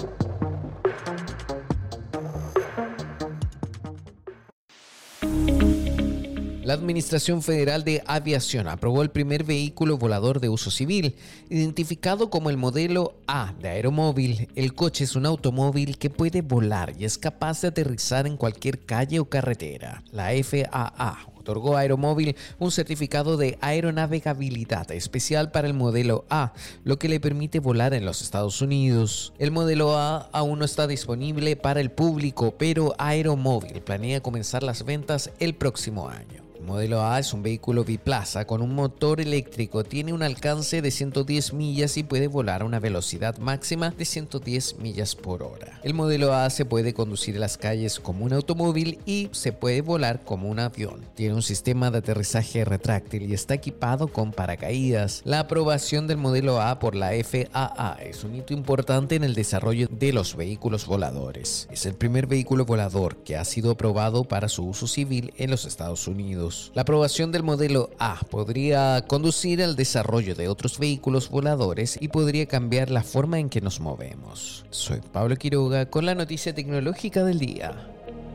La Administración Federal de Aviación aprobó el primer vehículo volador de uso civil, identificado como el modelo A de Aeromóvil. El coche es un automóvil que puede volar y es capaz de aterrizar en cualquier calle o carretera. La FAA otorgó a Aeromóvil un certificado de aeronavegabilidad especial para el modelo A, lo que le permite volar en los Estados Unidos. El modelo A aún no está disponible para el público, pero Aeromóvil planea comenzar las ventas el próximo año. El modelo A es un vehículo biplaza con un motor eléctrico, tiene un alcance de 110 millas y puede volar a una velocidad máxima de 110 millas por hora. El modelo A se puede conducir en las calles como un automóvil y se puede volar como un avión. Tiene un sistema de aterrizaje retráctil y está equipado con paracaídas. La aprobación del modelo A por la FAA es un hito importante en el desarrollo de los vehículos voladores. Es el primer vehículo volador que ha sido aprobado para su uso civil en los Estados Unidos. La aprobación del modelo A podría conducir al desarrollo de otros vehículos voladores y podría cambiar la forma en que nos movemos. Soy Pablo Quiroga con la noticia tecnológica del día.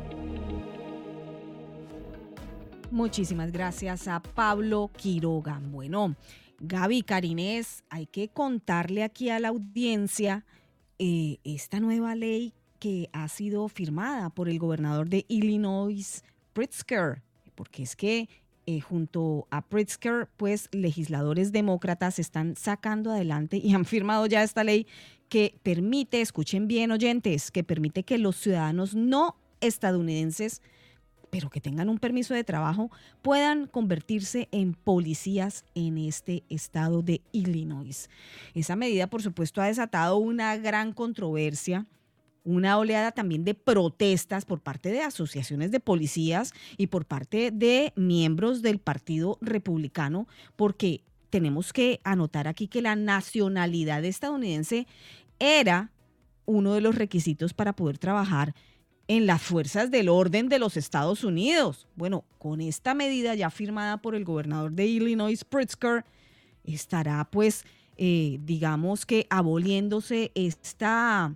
Muchísimas gracias a Pablo Quiroga. Bueno, Gaby, Carinés, hay que contarle aquí a la audiencia esta nueva ley que ha sido firmada por el gobernador de Illinois, Pritzker, porque es que junto a Pritzker, pues legisladores demócratas están sacando adelante y han firmado ya esta ley que permite, escuchen bien oyentes, que permite que los ciudadanos no estadounidenses, pero que tengan un permiso de trabajo, puedan convertirse en policías en este estado de Illinois. Esa medida, por supuesto, ha desatado una gran controversia, una oleada también de protestas por parte de asociaciones de policías y por parte de miembros del Partido Republicano, porque tenemos que anotar aquí que la nacionalidad estadounidense era uno de los requisitos para poder trabajar en las fuerzas del orden de los Estados Unidos. Bueno, con esta medida ya firmada por el gobernador de Illinois, Pritzker, estará pues, digamos que aboliéndose esta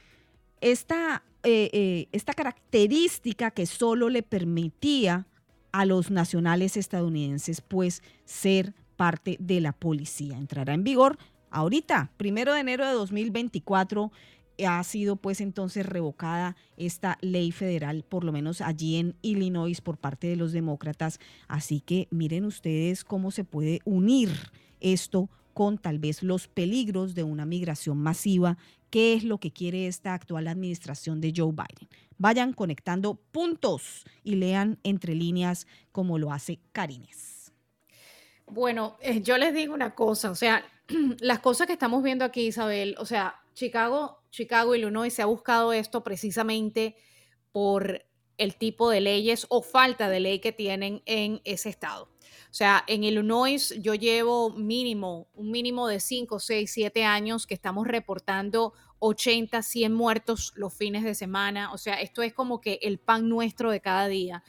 característica que solo le permitía a los nacionales estadounidenses pues ser parte de la policía. Entrará en vigor ahorita, 1 de enero de 2024, ha sido pues entonces revocada esta ley federal, por lo menos allí en Illinois por parte de los demócratas. Así que miren ustedes cómo se puede unir esto con tal vez los peligros de una migración masiva, que es lo que quiere esta actual administración de Joe Biden. Vayan conectando puntos y lean entre líneas como lo hace Carinés. Bueno, yo les digo una cosa, o sea, las cosas que estamos viendo aquí, Isabel, o sea, Chicago, Illinois, se ha buscado esto precisamente por el tipo de leyes o falta de ley que tienen en ese estado. O sea, en Illinois yo llevo un mínimo de 5, 6, 7 años que estamos reportando 80, 100 muertos los fines de semana. O sea, esto es como que el pan nuestro de cada día.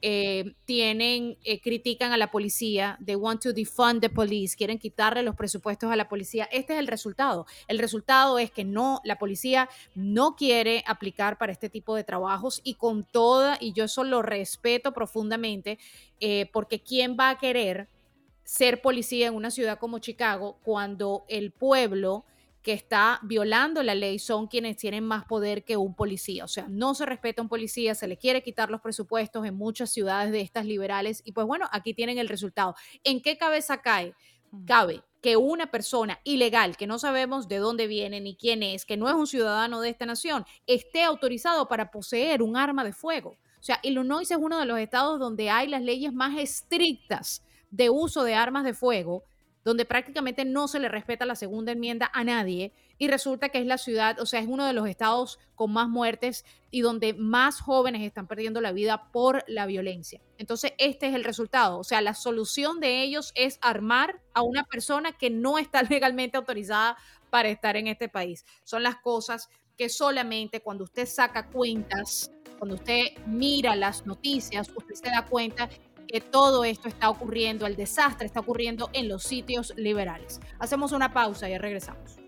Critican a la policía, they want to defund the police, quieren quitarle los presupuestos a la policía. Este es el resultado. El resultado es que la policía no quiere aplicar para este tipo de trabajos y y yo eso lo respeto profundamente, porque ¿quién va a querer ser policía en una ciudad como Chicago cuando el pueblo que está violando la ley son quienes tienen más poder que un policía? O sea, no se respeta a un policía, se le quiere quitar los presupuestos en muchas ciudades de estas liberales y pues bueno, aquí tienen el resultado. ¿En qué cabeza cabe que una persona ilegal, que no sabemos de dónde viene ni quién es, que no es un ciudadano de esta nación, esté autorizado para poseer un arma de fuego? O sea, Illinois es uno de los estados donde hay las leyes más estrictas de uso de armas de fuego, donde prácticamente no se le respeta la segunda enmienda a nadie, y resulta que es la ciudad, o sea, es uno de los estados con más muertes y donde más jóvenes están perdiendo la vida por la violencia. Entonces, este es el resultado. O sea, la solución de ellos es armar a una persona que no está legalmente autorizada para estar en este país. Son las cosas que solamente cuando usted saca cuentas, cuando usted mira las noticias, usted se da cuenta que todo esto está ocurriendo, el desastre está ocurriendo en los sitios liberales. Hacemos una pausa y ya regresamos.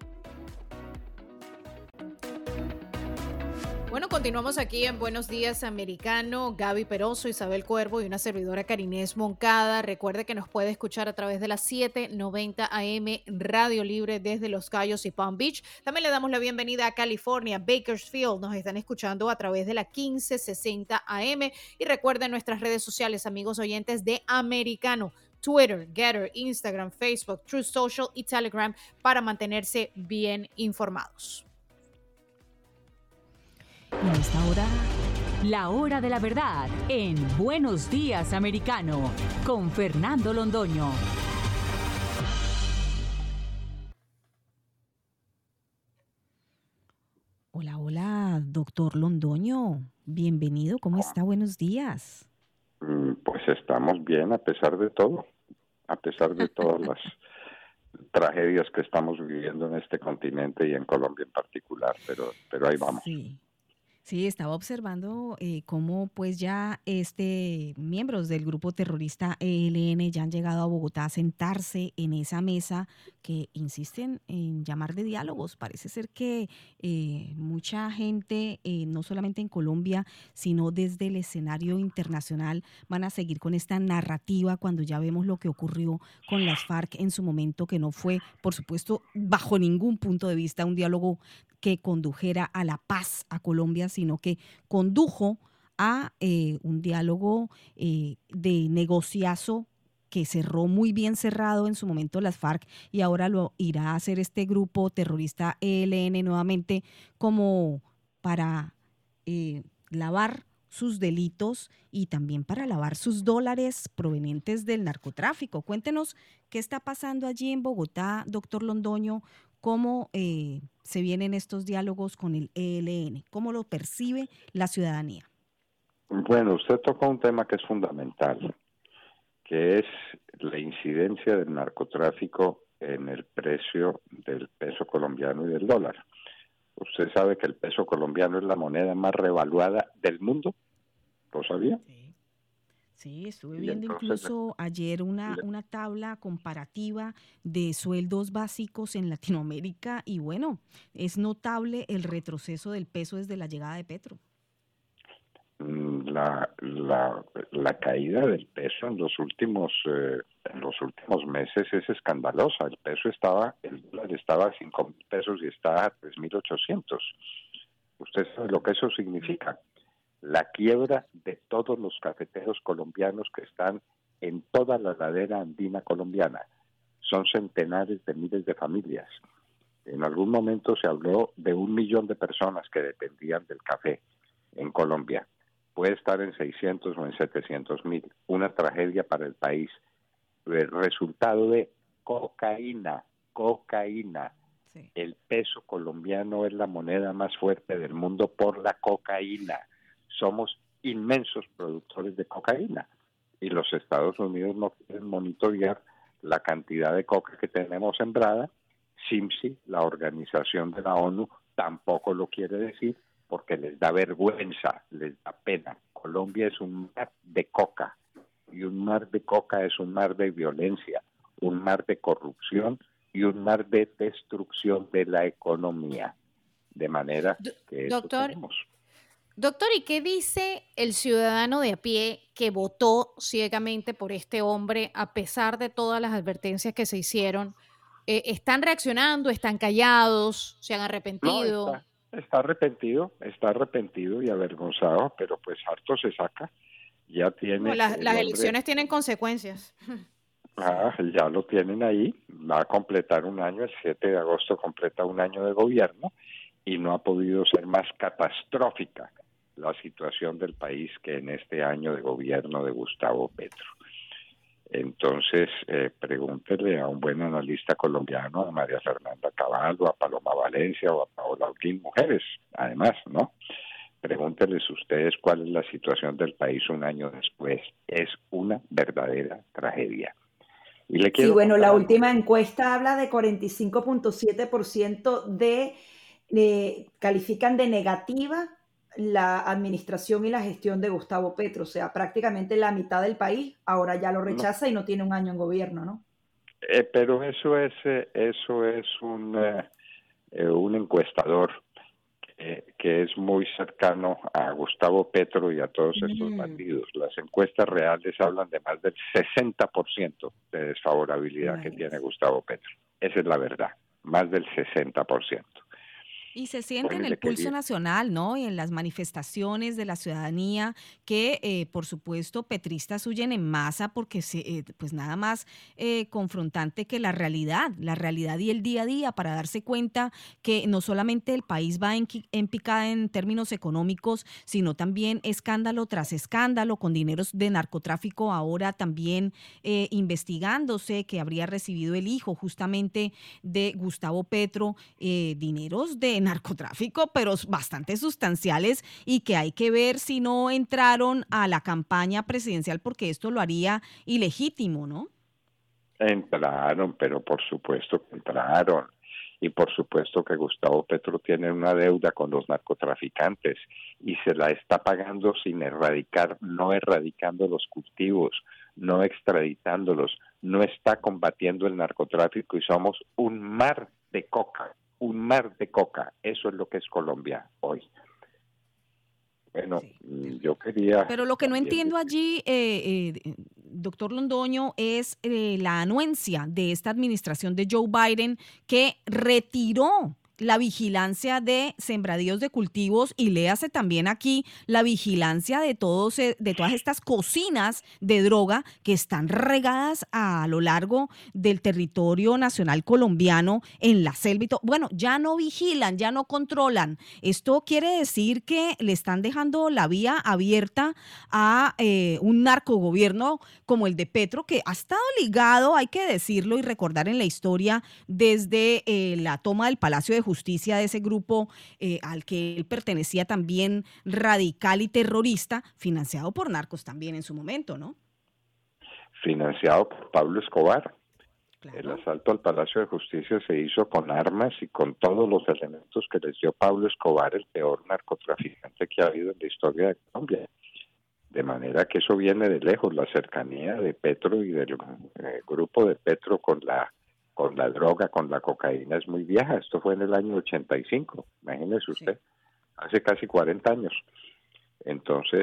Bueno, continuamos aquí en Buenos Días Americano. Gaby Peroso, Isabel Cuervo y una servidora Carinés Moncada. Recuerde que nos puede escuchar a través de las 7:90 AM Radio Libre desde Los Cayos y Palm Beach. También le damos la bienvenida a California, Bakersfield. Nos están escuchando a través de la 1560 AM. Y recuerden nuestras redes sociales, amigos oyentes de Americano: Twitter, Getter, Instagram, Facebook, Truth Social y Telegram, para mantenerse bien informados. Y a esta hora, la hora de la verdad en Buenos Días Americano con Fernando Londoño. Hola, doctor Londoño. Bienvenido, ¿cómo está? Buenos días. Pues estamos bien a pesar de todo, a pesar de todas las tragedias que estamos viviendo en este continente y en Colombia en particular, pero ahí vamos. Sí, estaba observando cómo pues ya miembros del grupo terrorista ELN ya han llegado a Bogotá a sentarse en esa mesa que insisten en llamar de diálogos. Parece ser que mucha gente, no solamente en Colombia, sino desde el escenario internacional, van a seguir con esta narrativa cuando ya vemos lo que ocurrió con las FARC en su momento, que no fue, por supuesto, bajo ningún punto de vista un diálogo que condujera a la paz a Colombia, sino que condujo a un diálogo de negociazo que cerró muy bien cerrado en su momento las FARC, y ahora lo irá a hacer este grupo terrorista ELN nuevamente, como para lavar sus delitos y también para lavar sus dólares provenientes del narcotráfico. Cuéntenos qué está pasando allí en Bogotá, doctor Londoño. ¿Cómo se vienen estos diálogos con el ELN? ¿Cómo lo percibe la ciudadanía? Bueno, usted tocó un tema que es fundamental, que es la incidencia del narcotráfico en el precio del peso colombiano y del dólar. ¿Usted sabe que el peso colombiano es la moneda más revaluada del mundo? ¿Lo sabía? Sí, estuve viendo incluso ayer una tabla comparativa de sueldos básicos en Latinoamérica y bueno, es notable el retroceso del peso desde la llegada de Petro. La caída del peso en los últimos meses es escandalosa. El dólar estaba a 5.000 pesos y está a 3.800. ¿Usted sabe lo que eso significa? La quiebra de todos los cafeteros colombianos que están en toda la ladera andina colombiana. Son centenares de miles de familias. En algún momento se habló de 1 millón de personas que dependían del café en Colombia. Puede estar en 600 o en 700.000. Una tragedia para el país. El resultado de cocaína. Sí. El peso colombiano es la moneda más fuerte del mundo por la cocaína. Somos inmensos productores de cocaína. y los Estados Unidos no quieren monitorear la cantidad de coca que tenemos sembrada. SIMSI, la organización de la ONU, tampoco lo quiere decir porque les da vergüenza, les da pena. Colombia es un mar de coca, y un mar de coca es un mar de violencia, un mar de corrupción y un mar de destrucción de la economía. De manera que eso tenemos. Doctor, ¿y qué dice el ciudadano de a pie que votó ciegamente por este hombre a pesar de todas las advertencias que se hicieron? ¿Están reaccionando? ¿Están callados? ¿Se han arrepentido? No, está arrepentido y avergonzado, pero pues harto se saca. Ya tiene... Las hombre, elecciones tienen consecuencias. Ya lo tienen ahí, va a completar un año, el 7 de agosto completa un año de gobierno y no ha podido ser más catastrófica la situación del país que en este año de gobierno de Gustavo Petro. Entonces, pregúntele a un buen analista colombiano, a María Fernanda Caballo, a Paloma Valencia o a Paola Urquín, mujeres, además, ¿no? Pregúnteles ustedes cuál es la situación del país un año después. Es una verdadera tragedia. Y le quiero bueno, la contar última algo. encuesta habla de 45.7% califican de negativa la administración y la gestión de Gustavo Petro. O sea, prácticamente la mitad del país ahora ya lo No, rechaza y no tiene un año en gobierno, ¿no? pero eso es un encuestador que es muy cercano a Gustavo Petro y a todos estos bandidos. Las encuestas reales hablan de más del 60% de desfavorabilidad que tiene Gustavo Petro. Esa es la verdad, más del 60%. Y se siente Bueno, en y el le pulso quería... nacional, ¿no? Y en las manifestaciones de la ciudadanía que, por supuesto, petristas huyen en masa porque pues nada más confrontante que la realidad y el día a día para darse cuenta que no solamente el país va en picada en términos económicos, sino también escándalo tras escándalo con dineros de narcotráfico ahora también investigándose que habría recibido el hijo justamente de Gustavo Petro, dineros de narcotráfico, pero bastante sustanciales y que hay que ver si no entraron a la campaña presidencial porque esto lo haría ilegítimo, ¿no? Entraron, pero por supuesto que entraron. Y por supuesto que Gustavo Petro tiene una deuda con los narcotraficantes y se la está pagando sin erradicar, no erradicando los cultivos, no extraditándolos, no está combatiendo el narcotráfico y somos un mar de coca. Un mar de coca, eso es lo que es Colombia hoy. Bueno, yo quería... Pero lo que no también entiendo allí, doctor Londoño, es la anuencia de esta administración de Joe Biden que retiró la vigilancia de sembradíos de cultivos y léase también aquí la vigilancia de todas estas cocinas de droga que están regadas a lo largo del territorio nacional colombiano en la selva. Bueno, ya no vigilan, ya no controlan. Esto quiere decir que le están dejando la vía abierta a un narcogobierno como el de Petro, que ha estado ligado, hay que decirlo y recordar en la historia, desde la toma del Palacio de Justicia de ese grupo al que él pertenecía también radical y terrorista, financiado por narcos también en su momento, ¿no? Financiado por Pablo Escobar. Claro. El asalto al Palacio de Justicia se hizo con armas y con todos los elementos que les dio Pablo Escobar, el peor narcotraficante que ha habido en la historia de Colombia. De manera que eso viene de lejos, la cercanía de Petro y del grupo de Petro con la droga, con la cocaína es muy vieja. Esto fue en el año 85, imagínese usted, hace casi 40 años. Entonces,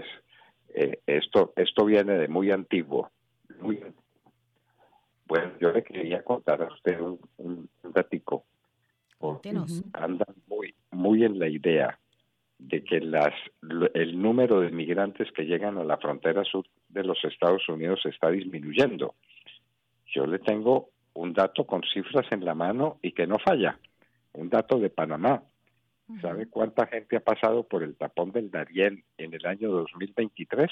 esto viene de muy antiguo, muy antiguo. Bueno, yo le quería contar a usted un datico, porque andan muy en la idea de que el número de migrantes que llegan a la frontera sur de los Estados Unidos está disminuyendo. Yo le tengo un dato con cifras en la mano y que no falla, un dato de Panamá. ¿Sabe cuánta gente ha pasado por el tapón del Darién en el año 2023?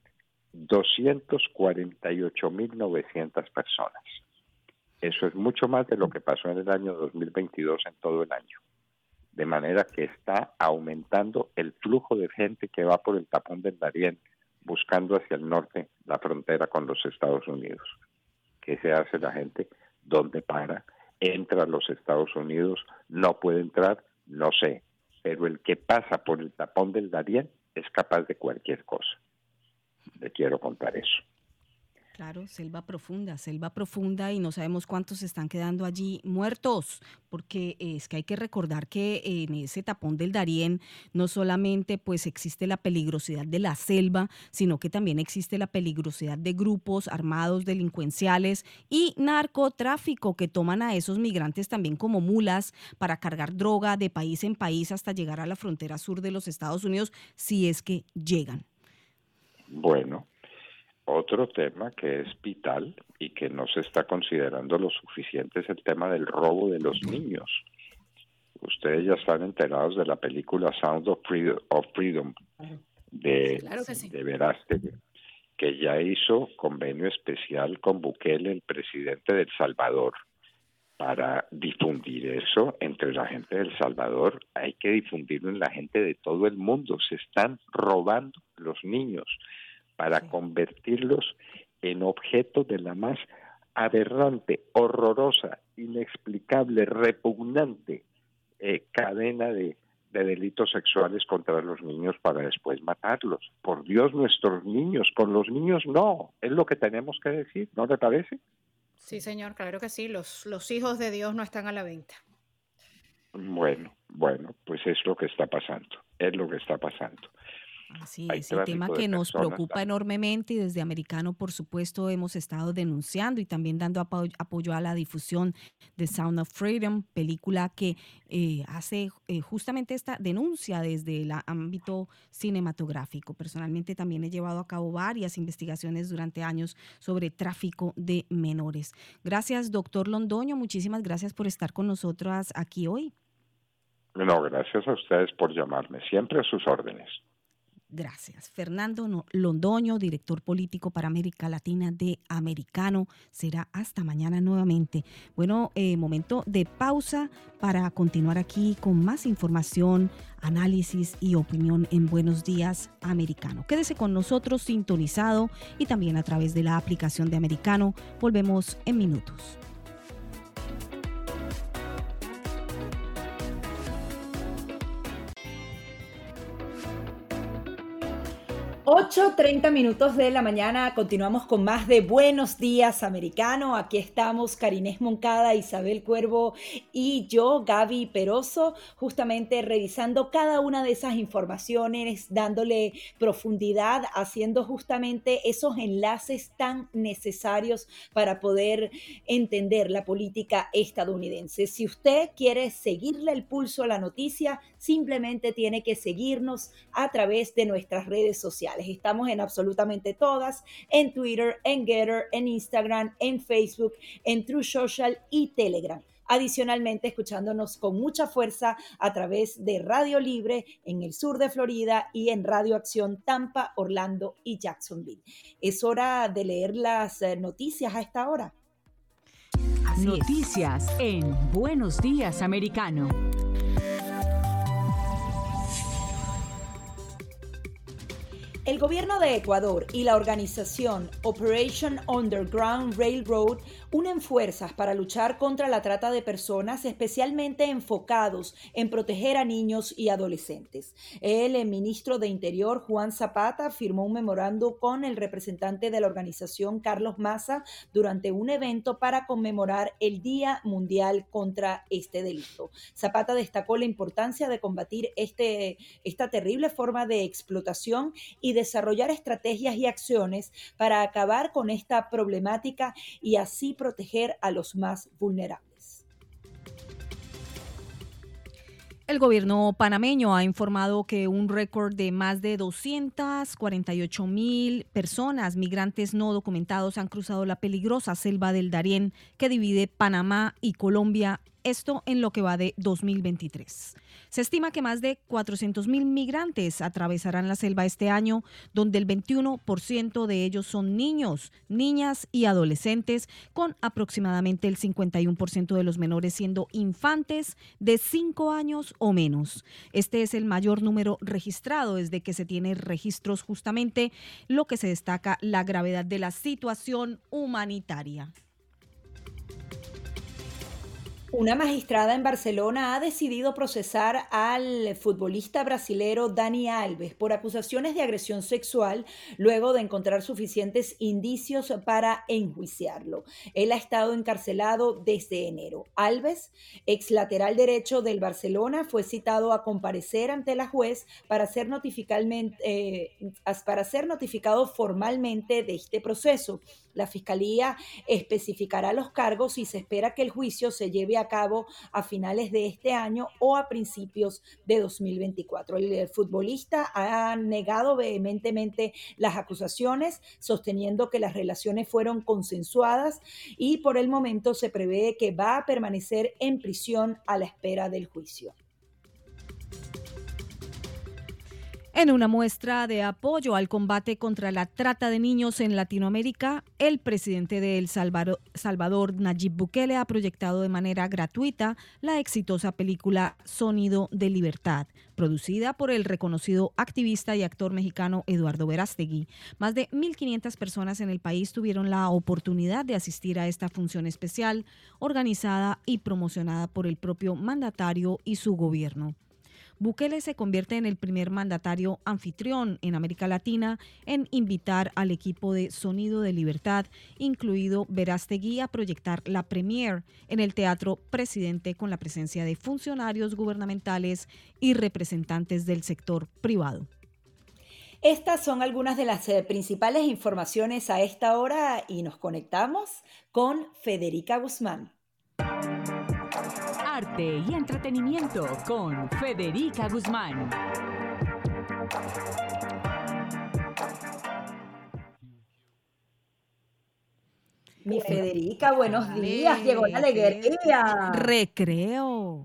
248.900 personas. Eso es mucho más de lo que pasó en el año 2022 en todo el año. De manera que está aumentando el flujo de gente que va por el tapón del Darién buscando hacia el norte la frontera con los Estados Unidos. ¿Qué se hace la gente? ¿Dónde para? ¿Entra a los Estados Unidos? ¿No puede entrar? No sé. Pero el que pasa por el tapón del Darién es capaz de cualquier cosa. Le quiero contar eso. Claro, selva profunda y no sabemos cuántos se están quedando allí muertos, porque es que hay que recordar que en ese tapón del Darién no solamente pues existe la peligrosidad de la selva, sino que también existe la peligrosidad de grupos armados delincuenciales y narcotráfico que toman a esos migrantes también como mulas para cargar droga de país en país hasta llegar a la frontera sur de los Estados Unidos, si es que llegan. Bueno, otro tema que es vital y que no se está considerando lo suficiente es el tema del robo de los niños. Ustedes ya están enterados de la película Sound of Freedom Claro que sí. de Verástegui, que ya hizo convenio especial con Bukele, el presidente de El Salvador, para difundir eso entre la gente de El Salvador. Hay que difundirlo en la gente de todo el mundo. Se están robando los niños para convertirlos en objetos de la más aberrante, horrorosa, inexplicable, repugnante cadena de delitos sexuales contra los niños para después matarlos. Por Dios, nuestros niños, con los niños no, es lo que tenemos que decir, ¿no le parece? Sí, señor, claro que sí. Los hijos de Dios no están a la venta. Bueno, pues es lo que está pasando, Así es, el tema que nos preocupa enormemente y desde Americano, por supuesto, hemos estado denunciando y también dando apoyo a la difusión de Sound of Freedom, película que hace justamente esta denuncia desde el ámbito cinematográfico. Personalmente también he llevado a cabo varias investigaciones durante años sobre tráfico de menores. Gracias, doctor Londoño, muchísimas gracias por estar con nosotras aquí hoy. No, gracias a ustedes por llamarme, siempre a sus órdenes. Gracias. Fernando Londoño, director político para América Latina de Americano. Será hasta mañana nuevamente. Bueno, momento de pausa para continuar aquí con más información, análisis y opinión en Buenos Días Americano. Quédese con nosotros sintonizado y también a través de la aplicación de Americano. Volvemos en minutos. 8:30 minutos de la mañana, continuamos con más de Buenos Días Americano. Aquí estamos Karina Moncada, Isabel Cuervo y yo, Gaby Peroso, justamente revisando cada una de esas informaciones, dándole profundidad, haciendo justamente esos enlaces tan necesarios para poder entender la política estadounidense. Si usted quiere seguirle el pulso a la noticia, simplemente tiene que seguirnos a través de nuestras redes sociales. Estamos en absolutamente todas, en Twitter, en Getter, en Instagram, en Facebook, en True Social y Telegram. Adicionalmente, escuchándonos con mucha fuerza a través de Radio Libre en el sur de Florida y en Radio Acción Tampa, Orlando y Jacksonville. Es hora de leer las noticias a esta hora. Así noticias en Buenos Días Americano. El gobierno de Ecuador y la organización Operation Underground Railroad unen fuerzas para luchar contra la trata de personas, especialmente enfocados en proteger a niños y adolescentes. El ministro de Interior, Juan Zapata, firmó un memorando con el representante de la organización, Carlos Maza, durante un evento para conmemorar el Día Mundial contra este delito. Zapata destacó la importancia de combatir esta terrible forma de explotación y desarrollar estrategias y acciones para acabar con esta problemática y así proteger a los más vulnerables. El gobierno panameño ha informado que un récord de más de 248,000 personas, migrantes no documentados, han cruzado la peligrosa selva del Darién que divide Panamá y Colombia esto en lo que va de 2023. Se estima que más de 400,000 migrantes atravesarán la selva este año, donde el 21% de ellos son niños, niñas y adolescentes, con aproximadamente el 51% de los menores siendo infantes de 5 años o menos. Este es el mayor número registrado desde que se tiene registros, justamente lo que se destaca la gravedad de la situación humanitaria. Una magistrada en Barcelona ha decidido procesar al futbolista brasilero Dani Alves por acusaciones de agresión sexual luego de encontrar suficientes indicios para enjuiciarlo. Él ha estado encarcelado desde enero. Alves, ex lateral derecho del Barcelona, fue citado a comparecer ante la juez para ser notificado formalmente de este proceso. La Fiscalía especificará los cargos y se espera que el juicio se lleve a cabo a finales de este año o a principios de 2024. El futbolista ha negado vehementemente las acusaciones, sosteniendo que las relaciones fueron consensuadas y por el momento se prevé que va a permanecer en prisión a la espera del juicio. En una muestra de apoyo al combate contra la trata de niños en Latinoamérica, el presidente de El Salvador, Nayib Bukele, ha proyectado de manera gratuita la exitosa película Sonido de Libertad, producida por el reconocido activista y actor mexicano Eduardo Verástegui. Más de 1,500 personas en el país tuvieron la oportunidad de asistir a esta función especial, organizada y promocionada por el propio mandatario y su gobierno. Bukele se convierte en el primer mandatario anfitrión en América Latina en invitar al equipo de Sonido de Libertad, incluido Verástegui, a proyectar la premiere en el Teatro Presidente con la presencia de funcionarios gubernamentales y representantes del sector privado. Estas son algunas de las principales informaciones a esta hora y nos conectamos con Federica Guzmán. Arte y entretenimiento con Federica Guzmán. Mi Federica, buenos días. Llegó la alegría. Recreo.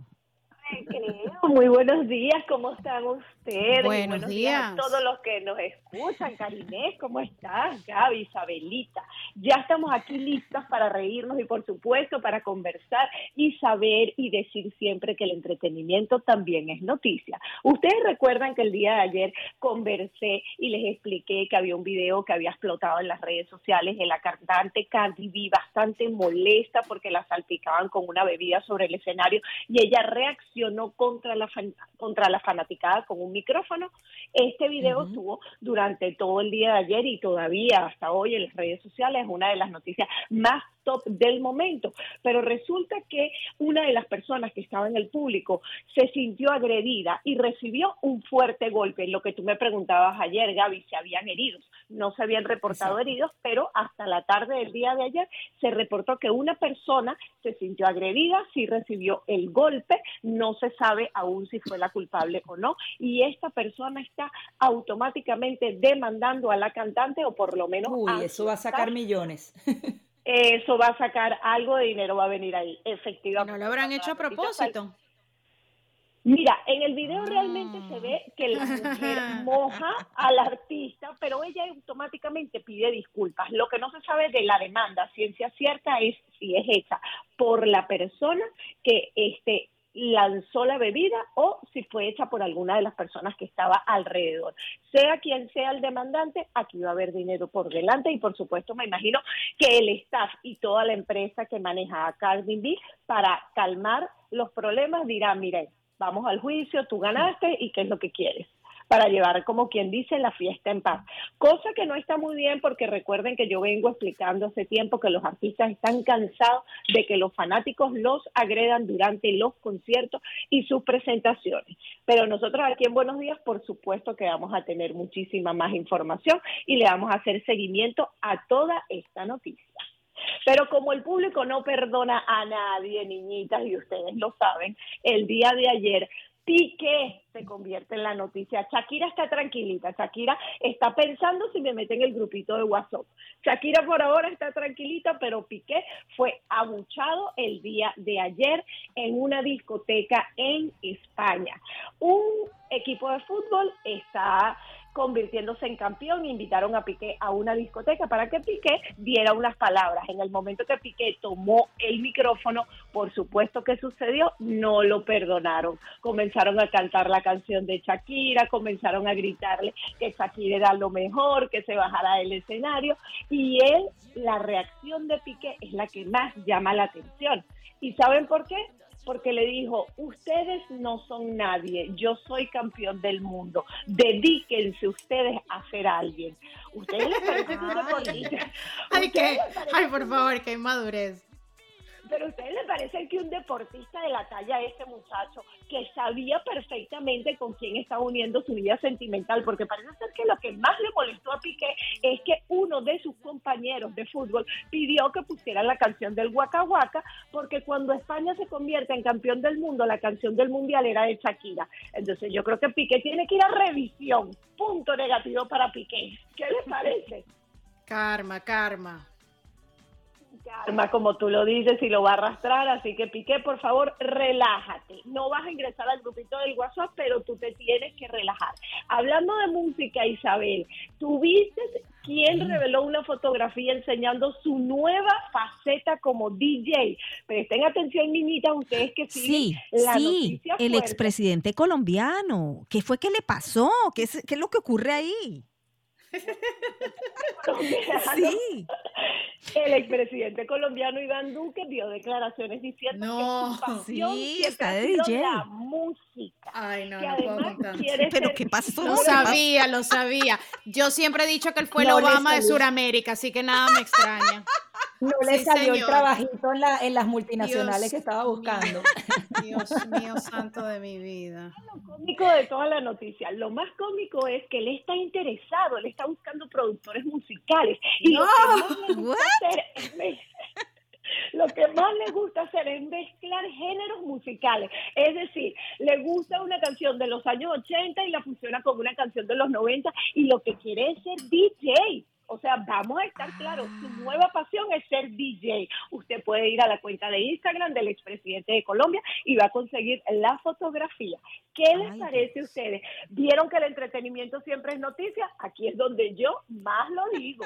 Muy buenos días, ¿cómo están ustedes? Buenos días a todos los que nos escuchan. Karinés, ¿cómo estás? Gaby, Isabelita. Ya estamos aquí listas para reírnos y, por supuesto, para conversar y saber y decir siempre que el entretenimiento también es noticia. Ustedes recuerdan que el día de ayer conversé y les expliqué que había un video que había explotado en las redes sociales de la cantante Cardi B, bastante molesta porque la salpicaban con una bebida sobre el escenario y ella reaccionó contra la fanaticada con un micrófono. Este video estuvo durante todo el día de ayer y todavía hasta hoy en las redes sociales, es una de las noticias más top del momento, pero resulta que una de las personas que estaba en el público se sintió agredida y recibió un fuerte golpe. Lo que tú me preguntabas ayer, Gaby, si habían heridos. No se habían reportado heridos, pero hasta la tarde del día de ayer se reportó que una persona se sintió agredida, sí recibió el golpe, no se sabe aún si fue la culpable o no, y esta persona está automáticamente demandando a la cantante, o por lo menos... Uy, eso va a sacar millones. Eso va a sacar algo de dinero, va a venir ahí, efectivamente. ¿No lo habrán hecho a propósito? Mira, en el video realmente se ve que la mujer moja al artista, pero ella automáticamente pide disculpas. Lo que no se sabe de la demanda, ciencia cierta, es si es hecha por la persona que lanzó la bebida o si fue hecha por alguna de las personas que estaba alrededor. Sea quien sea el demandante, aquí va a haber dinero por delante y, por supuesto, me imagino que el staff y toda la empresa que maneja a Cardi B para calmar los problemas dirán, miren, vamos al juicio, tú ganaste y ¿qué es lo que quieres? Para llevar, como quien dice, la fiesta en paz. Cosa que no está muy bien porque recuerden que yo vengo explicando hace tiempo que los artistas están cansados de que los fanáticos los agredan durante los conciertos y sus presentaciones. Pero nosotros aquí en Buenos Días, por supuesto que vamos a tener muchísima más información y le vamos a hacer seguimiento a toda esta noticia. Pero como el público no perdona a nadie, niñitas, y ustedes lo saben, el día de ayer Piqué se convierte en la noticia. Shakira está tranquilita. Shakira está pensando si me mete en el grupito de WhatsApp. Shakira por ahora está tranquilita, pero Piqué fue abuchado el día de ayer en una discoteca en España. Un equipo de fútbol está convirtiéndose en campeón. Invitaron a Piqué a una discoteca para que Piqué diera unas palabras. En el momento que Piqué tomó el micrófono, por supuesto que sucedió, no lo perdonaron. Comenzaron a cantar la canción de Shakira, comenzaron a gritarle que Shakira era lo mejor, que se bajara del escenario, y la reacción de Piqué es la que más llama la atención. ¿Y saben por qué? Porque le dijo, ustedes no son nadie, yo soy campeón del mundo, dedíquense ustedes a ser alguien. ¿Ustedes les parece que un deportista? Ay, por favor, qué inmadurez. Pero ¿a ustedes les parece que un deportista de la talla de este muchacho, que sabía perfectamente con quién estaba uniendo su vida sentimental, porque parece ser que lo que más le molestó a Piqué es que uno de sus compañeros de fútbol pidió que pusieran la canción del Waka Waka, porque cuando España se convierte en campeón del mundo, la canción del mundial era de Shakira. Entonces yo creo que Piqué tiene que ir a revisión. Punto negativo para Piqué. ¿Qué les parece? Karma. Karma, como tú lo dices, y lo va a arrastrar, así que Piqué, por favor, relájate. No vas a ingresar al grupito del WhatsApp, pero tú te tienes que relajar. Hablando de música, Isabel, ¿tú viste quién reveló una fotografía enseñando su nueva faceta como DJ? Presten atención, niñitas, ustedes que siguen la noticia el fuerte. expresidente colombiano. ¿Qué fue que le pasó? ¿Qué es lo que ocurre ahí? Sí. El expresidente colombiano Iván Duque dio declaraciones diciendo que su pasión siempre ha sido la música. Ay, no, que no además puedo contar. ¿Pero qué pasó? Lo sabía. Yo siempre he dicho que él fue el Obama de Sudamérica, así que nada me extraña. No le salió el señor. trabajito en las multinacionales que estaba buscando. Dios mío, santo de mi vida. Lo cómico de toda la noticia, lo más cómico es que él está interesado, él está buscando productores musicales. Y lo que más le gusta hacer es mezclar géneros musicales. Es decir, le gusta una canción de los años 80 y la fusiona con una canción de los 90, y lo que quiere es ser DJ. O sea, vamos a estar claros, su nueva pasión es ser DJ. Usted puede ir a la cuenta de Instagram del expresidente de Colombia y va a conseguir la fotografía. ¿Qué les parece a ustedes? ¿Vieron que el entretenimiento siempre es noticia? Aquí es donde yo más lo digo.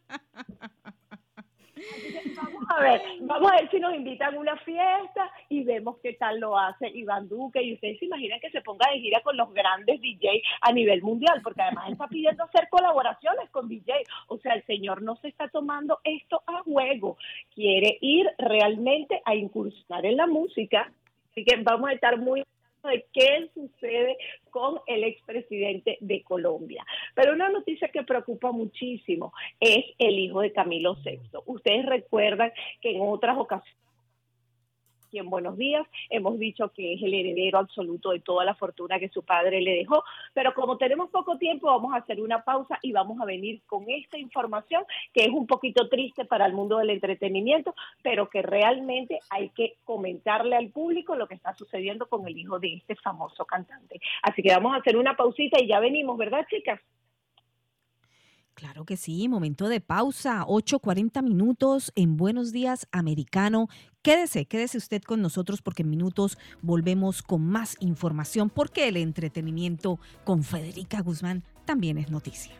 Vamos a ver si nos invitan a una fiesta y vemos qué tal lo hace Iván Duque. Y ustedes se imaginan que se ponga de gira con los grandes DJ a nivel mundial, porque además está pidiendo hacer colaboraciones con DJ. O sea, el señor no se está tomando esto a juego, quiere ir realmente a incursionar en la música. Así que vamos a estar muy de qué sucede con el expresidente de Colombia. Pero una noticia que preocupa muchísimo es el hijo de Camilo VI. Ustedes recuerdan que en otras ocasiones, aquí en Buenos Días, hemos dicho que es el heredero absoluto de toda la fortuna que su padre le dejó, pero como tenemos poco tiempo, vamos a hacer una pausa y vamos a venir con esta información que es un poquito triste para el mundo del entretenimiento, pero que realmente hay que comentarle al público lo que está sucediendo con el hijo de este famoso cantante. Así que vamos a hacer una pausita y ya venimos, ¿verdad, chicas? Claro que sí, momento de pausa, 8:40 minutos en Buenos Días Americano. Quédese usted con nosotros porque en minutos volvemos con más información, porque el entretenimiento con Federica Guzmán también es noticia.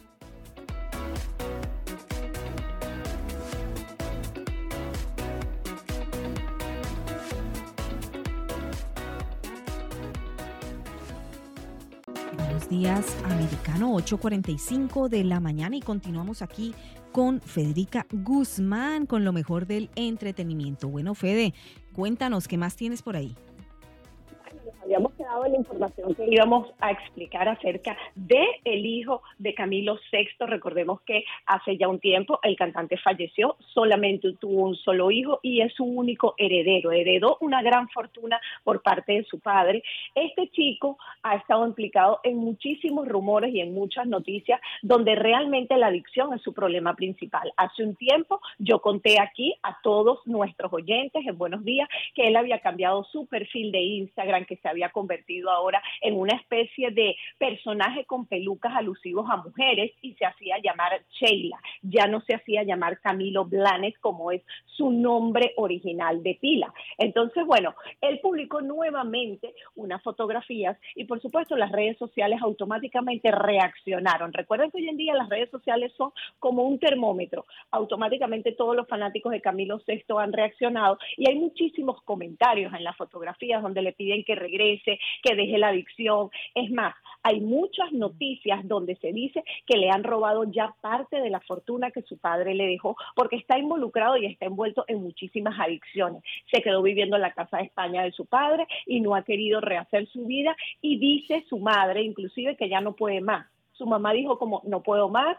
Buenos días, Americano, 8:45 de la mañana y continuamos aquí con Federica Guzmán con lo mejor del entretenimiento. Bueno, Fede, cuéntanos, ¿qué más tienes por ahí? Nos habíamos quedado en la información que íbamos a explicar acerca de el hijo de Camilo VI. Recordemos que hace ya un tiempo el cantante falleció, solamente tuvo un solo hijo y es su único heredero. Heredó una gran fortuna por parte de su padre. Este chico ha estado implicado en muchísimos rumores y en muchas noticias donde realmente la adicción es su problema principal. Hace un tiempo yo conté aquí a todos nuestros oyentes en Buenos Días que él había cambiado su perfil de Instagram, que se había convertido convertido ahora en una especie de personaje con pelucas alusivos a mujeres y se hacía llamar Sheila, ya no se hacía llamar Camilo Blanes como es su nombre original de pila. Entonces, bueno, él publicó nuevamente unas fotografías y por supuesto las redes sociales automáticamente reaccionaron. Recuerden que hoy en día las redes sociales son como un termómetro, automáticamente todos los fanáticos de Camilo VI han reaccionado y hay muchísimos comentarios en las fotografías donde le piden que regrese, que deje la adicción. Es más, hay muchas noticias donde se dice que le han robado ya parte de la fortuna que su padre le dejó porque está involucrado y está envuelto en muchísimas adicciones. Se quedó viviendo en la casa de España de su padre y no ha querido rehacer su vida y dice su madre inclusive que ya no puede más. Su mamá dijo como no puedo más,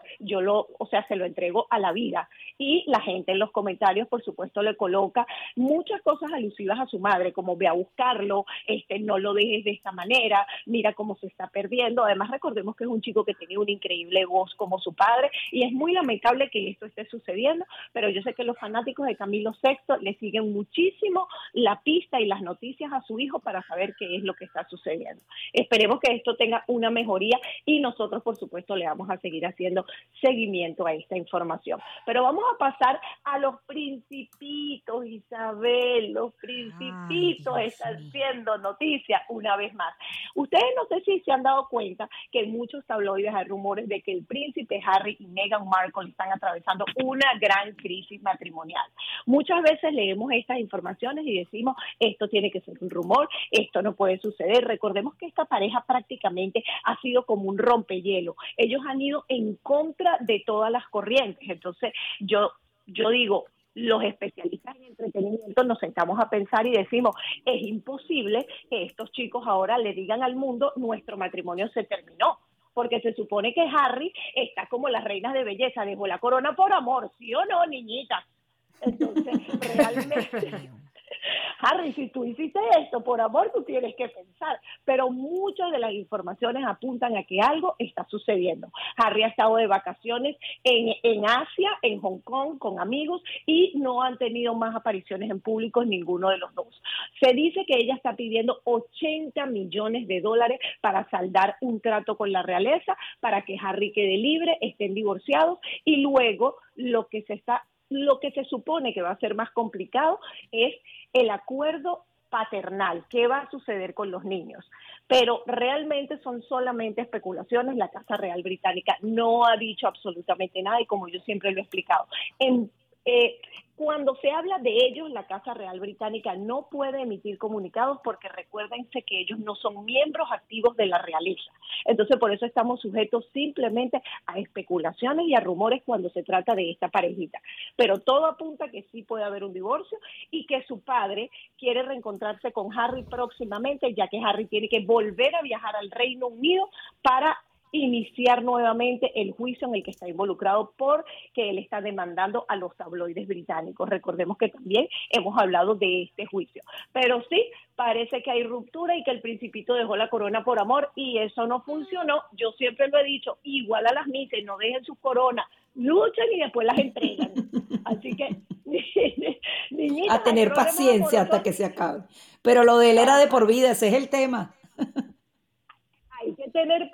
se lo entrego a la vida. Y la gente en los comentarios, por supuesto, le coloca muchas cosas alusivas a su madre, como ve a buscarlo, no lo dejes de esta manera, mira cómo se está perdiendo. Además, recordemos que es un chico que tenía una increíble voz como su padre y es muy lamentable que esto esté sucediendo, pero yo sé que los fanáticos de Camilo VI le siguen muchísimo la pista y las noticias a su hijo para saber qué es lo que está sucediendo. Esperemos que esto tenga una mejoría y nosotros, por supuesto, le vamos a seguir haciendo seguimiento a esta información. Pero vamos a pasar a los principitos, Isabel. Los principitos están siendo noticia una vez más. Ustedes no sé si se han dado cuenta que en muchos tabloides hay rumores de que el príncipe Harry y Meghan Markle están atravesando una gran crisis matrimonial. Muchas veces leemos estas informaciones y decimos, esto tiene que ser un rumor, esto no puede suceder. Recordemos que esta pareja prácticamente ha sido como un rompehielo. Ellos han ido en contra de todas las corrientes. Entonces, yo digo, los especialistas en entretenimiento nos sentamos a pensar y decimos, es imposible que estos chicos ahora le digan al mundo, nuestro matrimonio se terminó. Porque se supone que Harry está como las reinas de belleza, dejó la corona por amor, ¿sí o no, niñita? Entonces, realmente... Harry, si tú hiciste esto por amor, tú tienes que pensar, pero muchas de las informaciones apuntan a que algo está sucediendo. Harry ha estado de vacaciones en Asia, en Hong Kong, con amigos y no han tenido más apariciones en público ninguno de los dos. Se dice que ella está pidiendo $80 millones para saldar un trato con la realeza, para que Harry quede libre, estén divorciados y luego lo que se supone que va a ser más complicado es el acuerdo paternal, qué va a suceder con los niños. Pero realmente son solamente especulaciones, la Casa Real Británica no ha dicho absolutamente nada y como yo siempre lo he explicado, cuando se habla de ellos, la Casa Real Británica no puede emitir comunicados porque recuérdense que ellos no son miembros activos de la realeza. Entonces, por eso estamos sujetos simplemente a especulaciones y a rumores cuando se trata de esta parejita. Pero todo apunta que sí puede haber un divorcio y que su padre quiere reencontrarse con Harry próximamente, ya que Harry tiene que volver a viajar al Reino Unido para iniciar nuevamente el juicio en el que está involucrado porque él está demandando a los tabloides británicos. Recordemos que también hemos hablado de este juicio. Pero sí, parece que hay ruptura y que el principito dejó la corona por amor y eso no funcionó. Yo siempre lo he dicho, igual a las mises, no dejen su corona, luchen y después las entregan. Así que, niñita, a tener paciencia hasta que se acabe. Pero lo de él era de por vida, ese es el tema. Hay que tener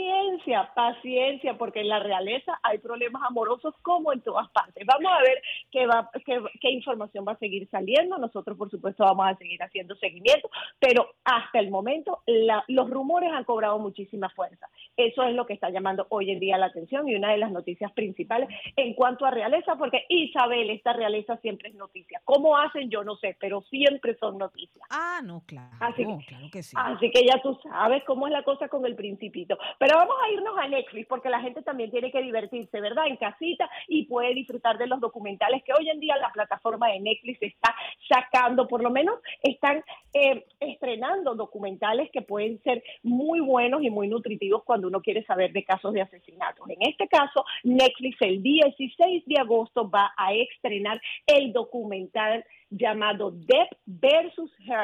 paciencia, porque en la realeza hay problemas amorosos como en todas partes. Vamos a ver qué información va a seguir saliendo. Nosotros, por supuesto, vamos a seguir haciendo seguimiento, pero hasta el momento los rumores han cobrado muchísima fuerza. Eso es lo que está llamando hoy en día la atención y una de las noticias principales en cuanto a realeza, porque Isabel, esta realeza siempre es noticia. ¿Cómo hacen? Yo no sé, pero siempre son noticias. Ah, no, claro, claro que sí. Así que ya tú sabes cómo es la cosa con el Principito. Pero vamos a irnos a Netflix porque la gente también tiene que divertirse, ¿verdad? En casita y puede disfrutar de los documentales que hoy en día la plataforma de Netflix está sacando, por lo menos están estrenando documentales que pueden ser muy buenos y muy nutritivos cuando uno quiere saber de casos de asesinatos. En este caso, Netflix el 16 de agosto va a estrenar el documental llamado Depp versus Heard.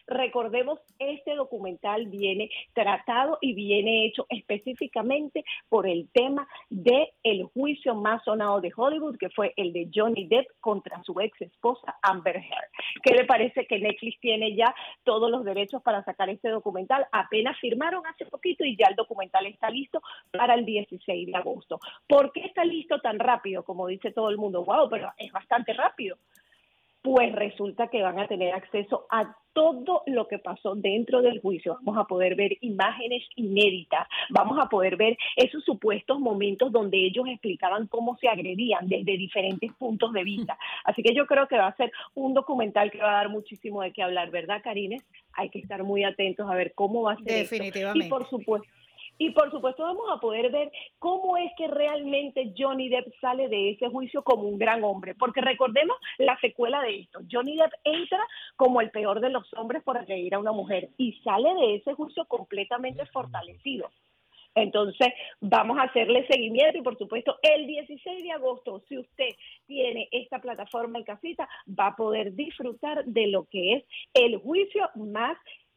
Recordemos, este documental viene tratado y viene hecho específicamente por el tema de el juicio más sonado de Hollywood, que fue el de Johnny Depp contra su ex esposa Amber Heard. ¿Qué le parece que Netflix tiene ya todos los derechos para sacar este documental? Apenas firmaron hace poquito y ya el documental está listo para el 16 de agosto. ¿Por qué está listo tan rápido? Como dice todo el mundo, wow, pero es bastante rápido. Pues resulta que van a tener acceso a todo lo que pasó dentro del juicio. Vamos a poder ver imágenes inéditas, vamos a poder ver esos supuestos momentos donde ellos explicaban cómo se agredían desde diferentes puntos de vista. Así que yo creo que va a ser un documental que va a dar muchísimo de qué hablar, ¿verdad, Karines? Hay que estar muy atentos a ver cómo va a ser definitivamente. Esto. Y por supuesto vamos a poder ver cómo es que realmente Johnny Depp sale de ese juicio como un gran hombre, porque recordemos la secuela de esto. Johnny Depp entra como el peor de los hombres por agredir a una mujer y sale de ese juicio completamente fortalecido. Entonces vamos a hacerle seguimiento y por supuesto el 16 de agosto, si usted tiene esta plataforma en casita, va a poder disfrutar de lo que es el juicio más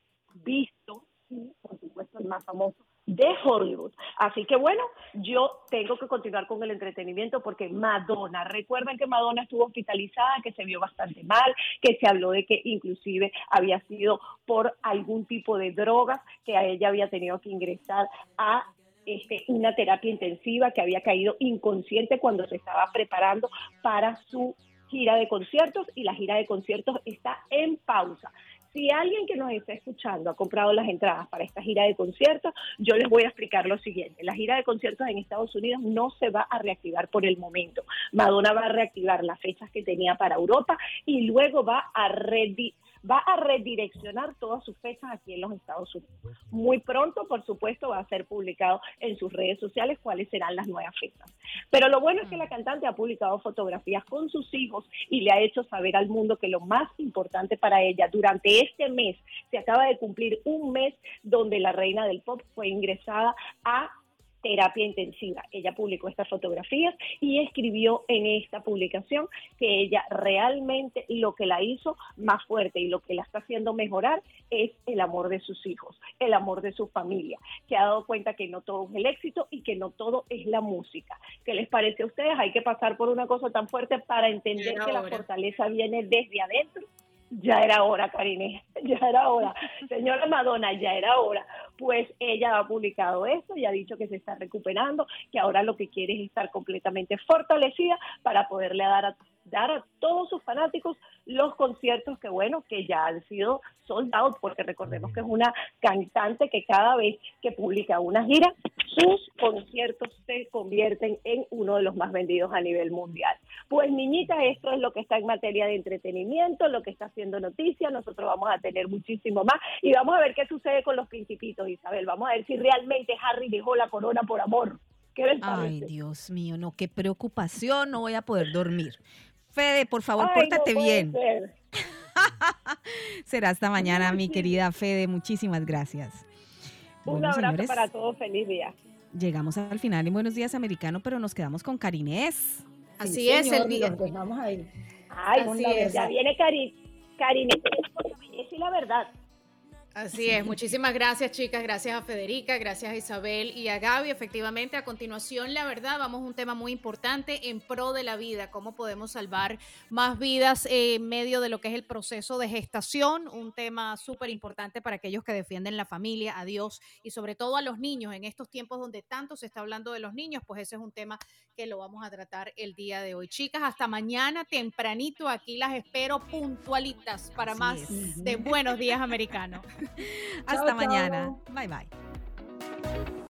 visto y por supuesto el más famoso de Hollywood. Así que bueno, yo tengo que continuar con el entretenimiento porque Madonna, recuerden que Madonna estuvo hospitalizada, que se vio bastante mal, que se habló de que inclusive había sido por algún tipo de drogas, que a ella había tenido que ingresar a una terapia intensiva, que había caído inconsciente cuando se estaba preparando para su gira de conciertos y la gira de conciertos está en pausa. Si alguien que nos está escuchando ha comprado las entradas para esta gira de conciertos, yo les voy a explicar lo siguiente. La gira de conciertos en Estados Unidos no se va a reactivar por el momento. Madonna va a reactivar las fechas que tenía para Europa y luego va a redireccionar todas sus fechas aquí en los Estados Unidos. Muy pronto, por supuesto, va a ser publicado en sus redes sociales cuáles serán las nuevas fechas. Pero lo bueno es que la cantante ha publicado fotografías con sus hijos y le ha hecho saber al mundo que lo más importante para ella durante este mes, se acaba de cumplir un mes donde la reina del pop fue ingresada a terapia intensiva. Ella publicó estas fotografías y escribió en esta publicación que ella realmente lo que la hizo más fuerte y lo que la está haciendo mejorar es el amor de sus hijos, el amor de su familia, que ha dado cuenta que no todo es el éxito y que no todo es la música. ¿Qué les parece a ustedes? Hay que pasar por una cosa tan fuerte para entender que la fortaleza viene desde adentro. Ya era hora, Karine, ya era hora. Señora Madonna, ya era hora. Pues ella ha publicado esto y ha dicho que se está recuperando, que ahora lo que quiere es estar completamente fortalecida para poderle dar a todos sus fanáticos los conciertos que ya han sido sold out, porque recordemos que es una cantante que cada vez que publica una gira, sus conciertos se convierten en uno de los más vendidos a nivel mundial. Pues niñita, esto es lo que está en materia de entretenimiento, lo que está haciendo noticia. Nosotros vamos a tener muchísimo más y vamos a ver qué sucede con los principitos, Isabel. Vamos a ver si realmente Harry dejó la corona por amor. ¿Qué les parece? Ay, Dios mío, no, qué preocupación, no voy a poder dormir. Fede, por favor, pórtate bien. Será hasta mañana, mi querida Fede. Muchísimas gracias. Un abrazo, señores, para todos. Feliz día. Llegamos al final en Buenos Días Americano, pero nos quedamos con Karines. Así es, el día. Pues vamos a ir. Ay, ya viene Karines, y la verdad. Así es, muchísimas gracias, chicas, gracias a Federica, gracias a Isabel y a Gaby. Efectivamente, a continuación, la verdad, vamos a un tema muy importante en pro de la vida, cómo podemos salvar más vidas en medio de lo que es el proceso de gestación, un tema súper importante para aquellos que defienden la familia, a Dios y sobre todo a los niños. En estos tiempos donde tanto se está hablando de los niños, pues ese es un tema que lo vamos a tratar el día de hoy. Chicas, hasta mañana tempranito, aquí las espero puntualitas para más de Buenos Días Americanos. Hasta mañana. Bye, bye.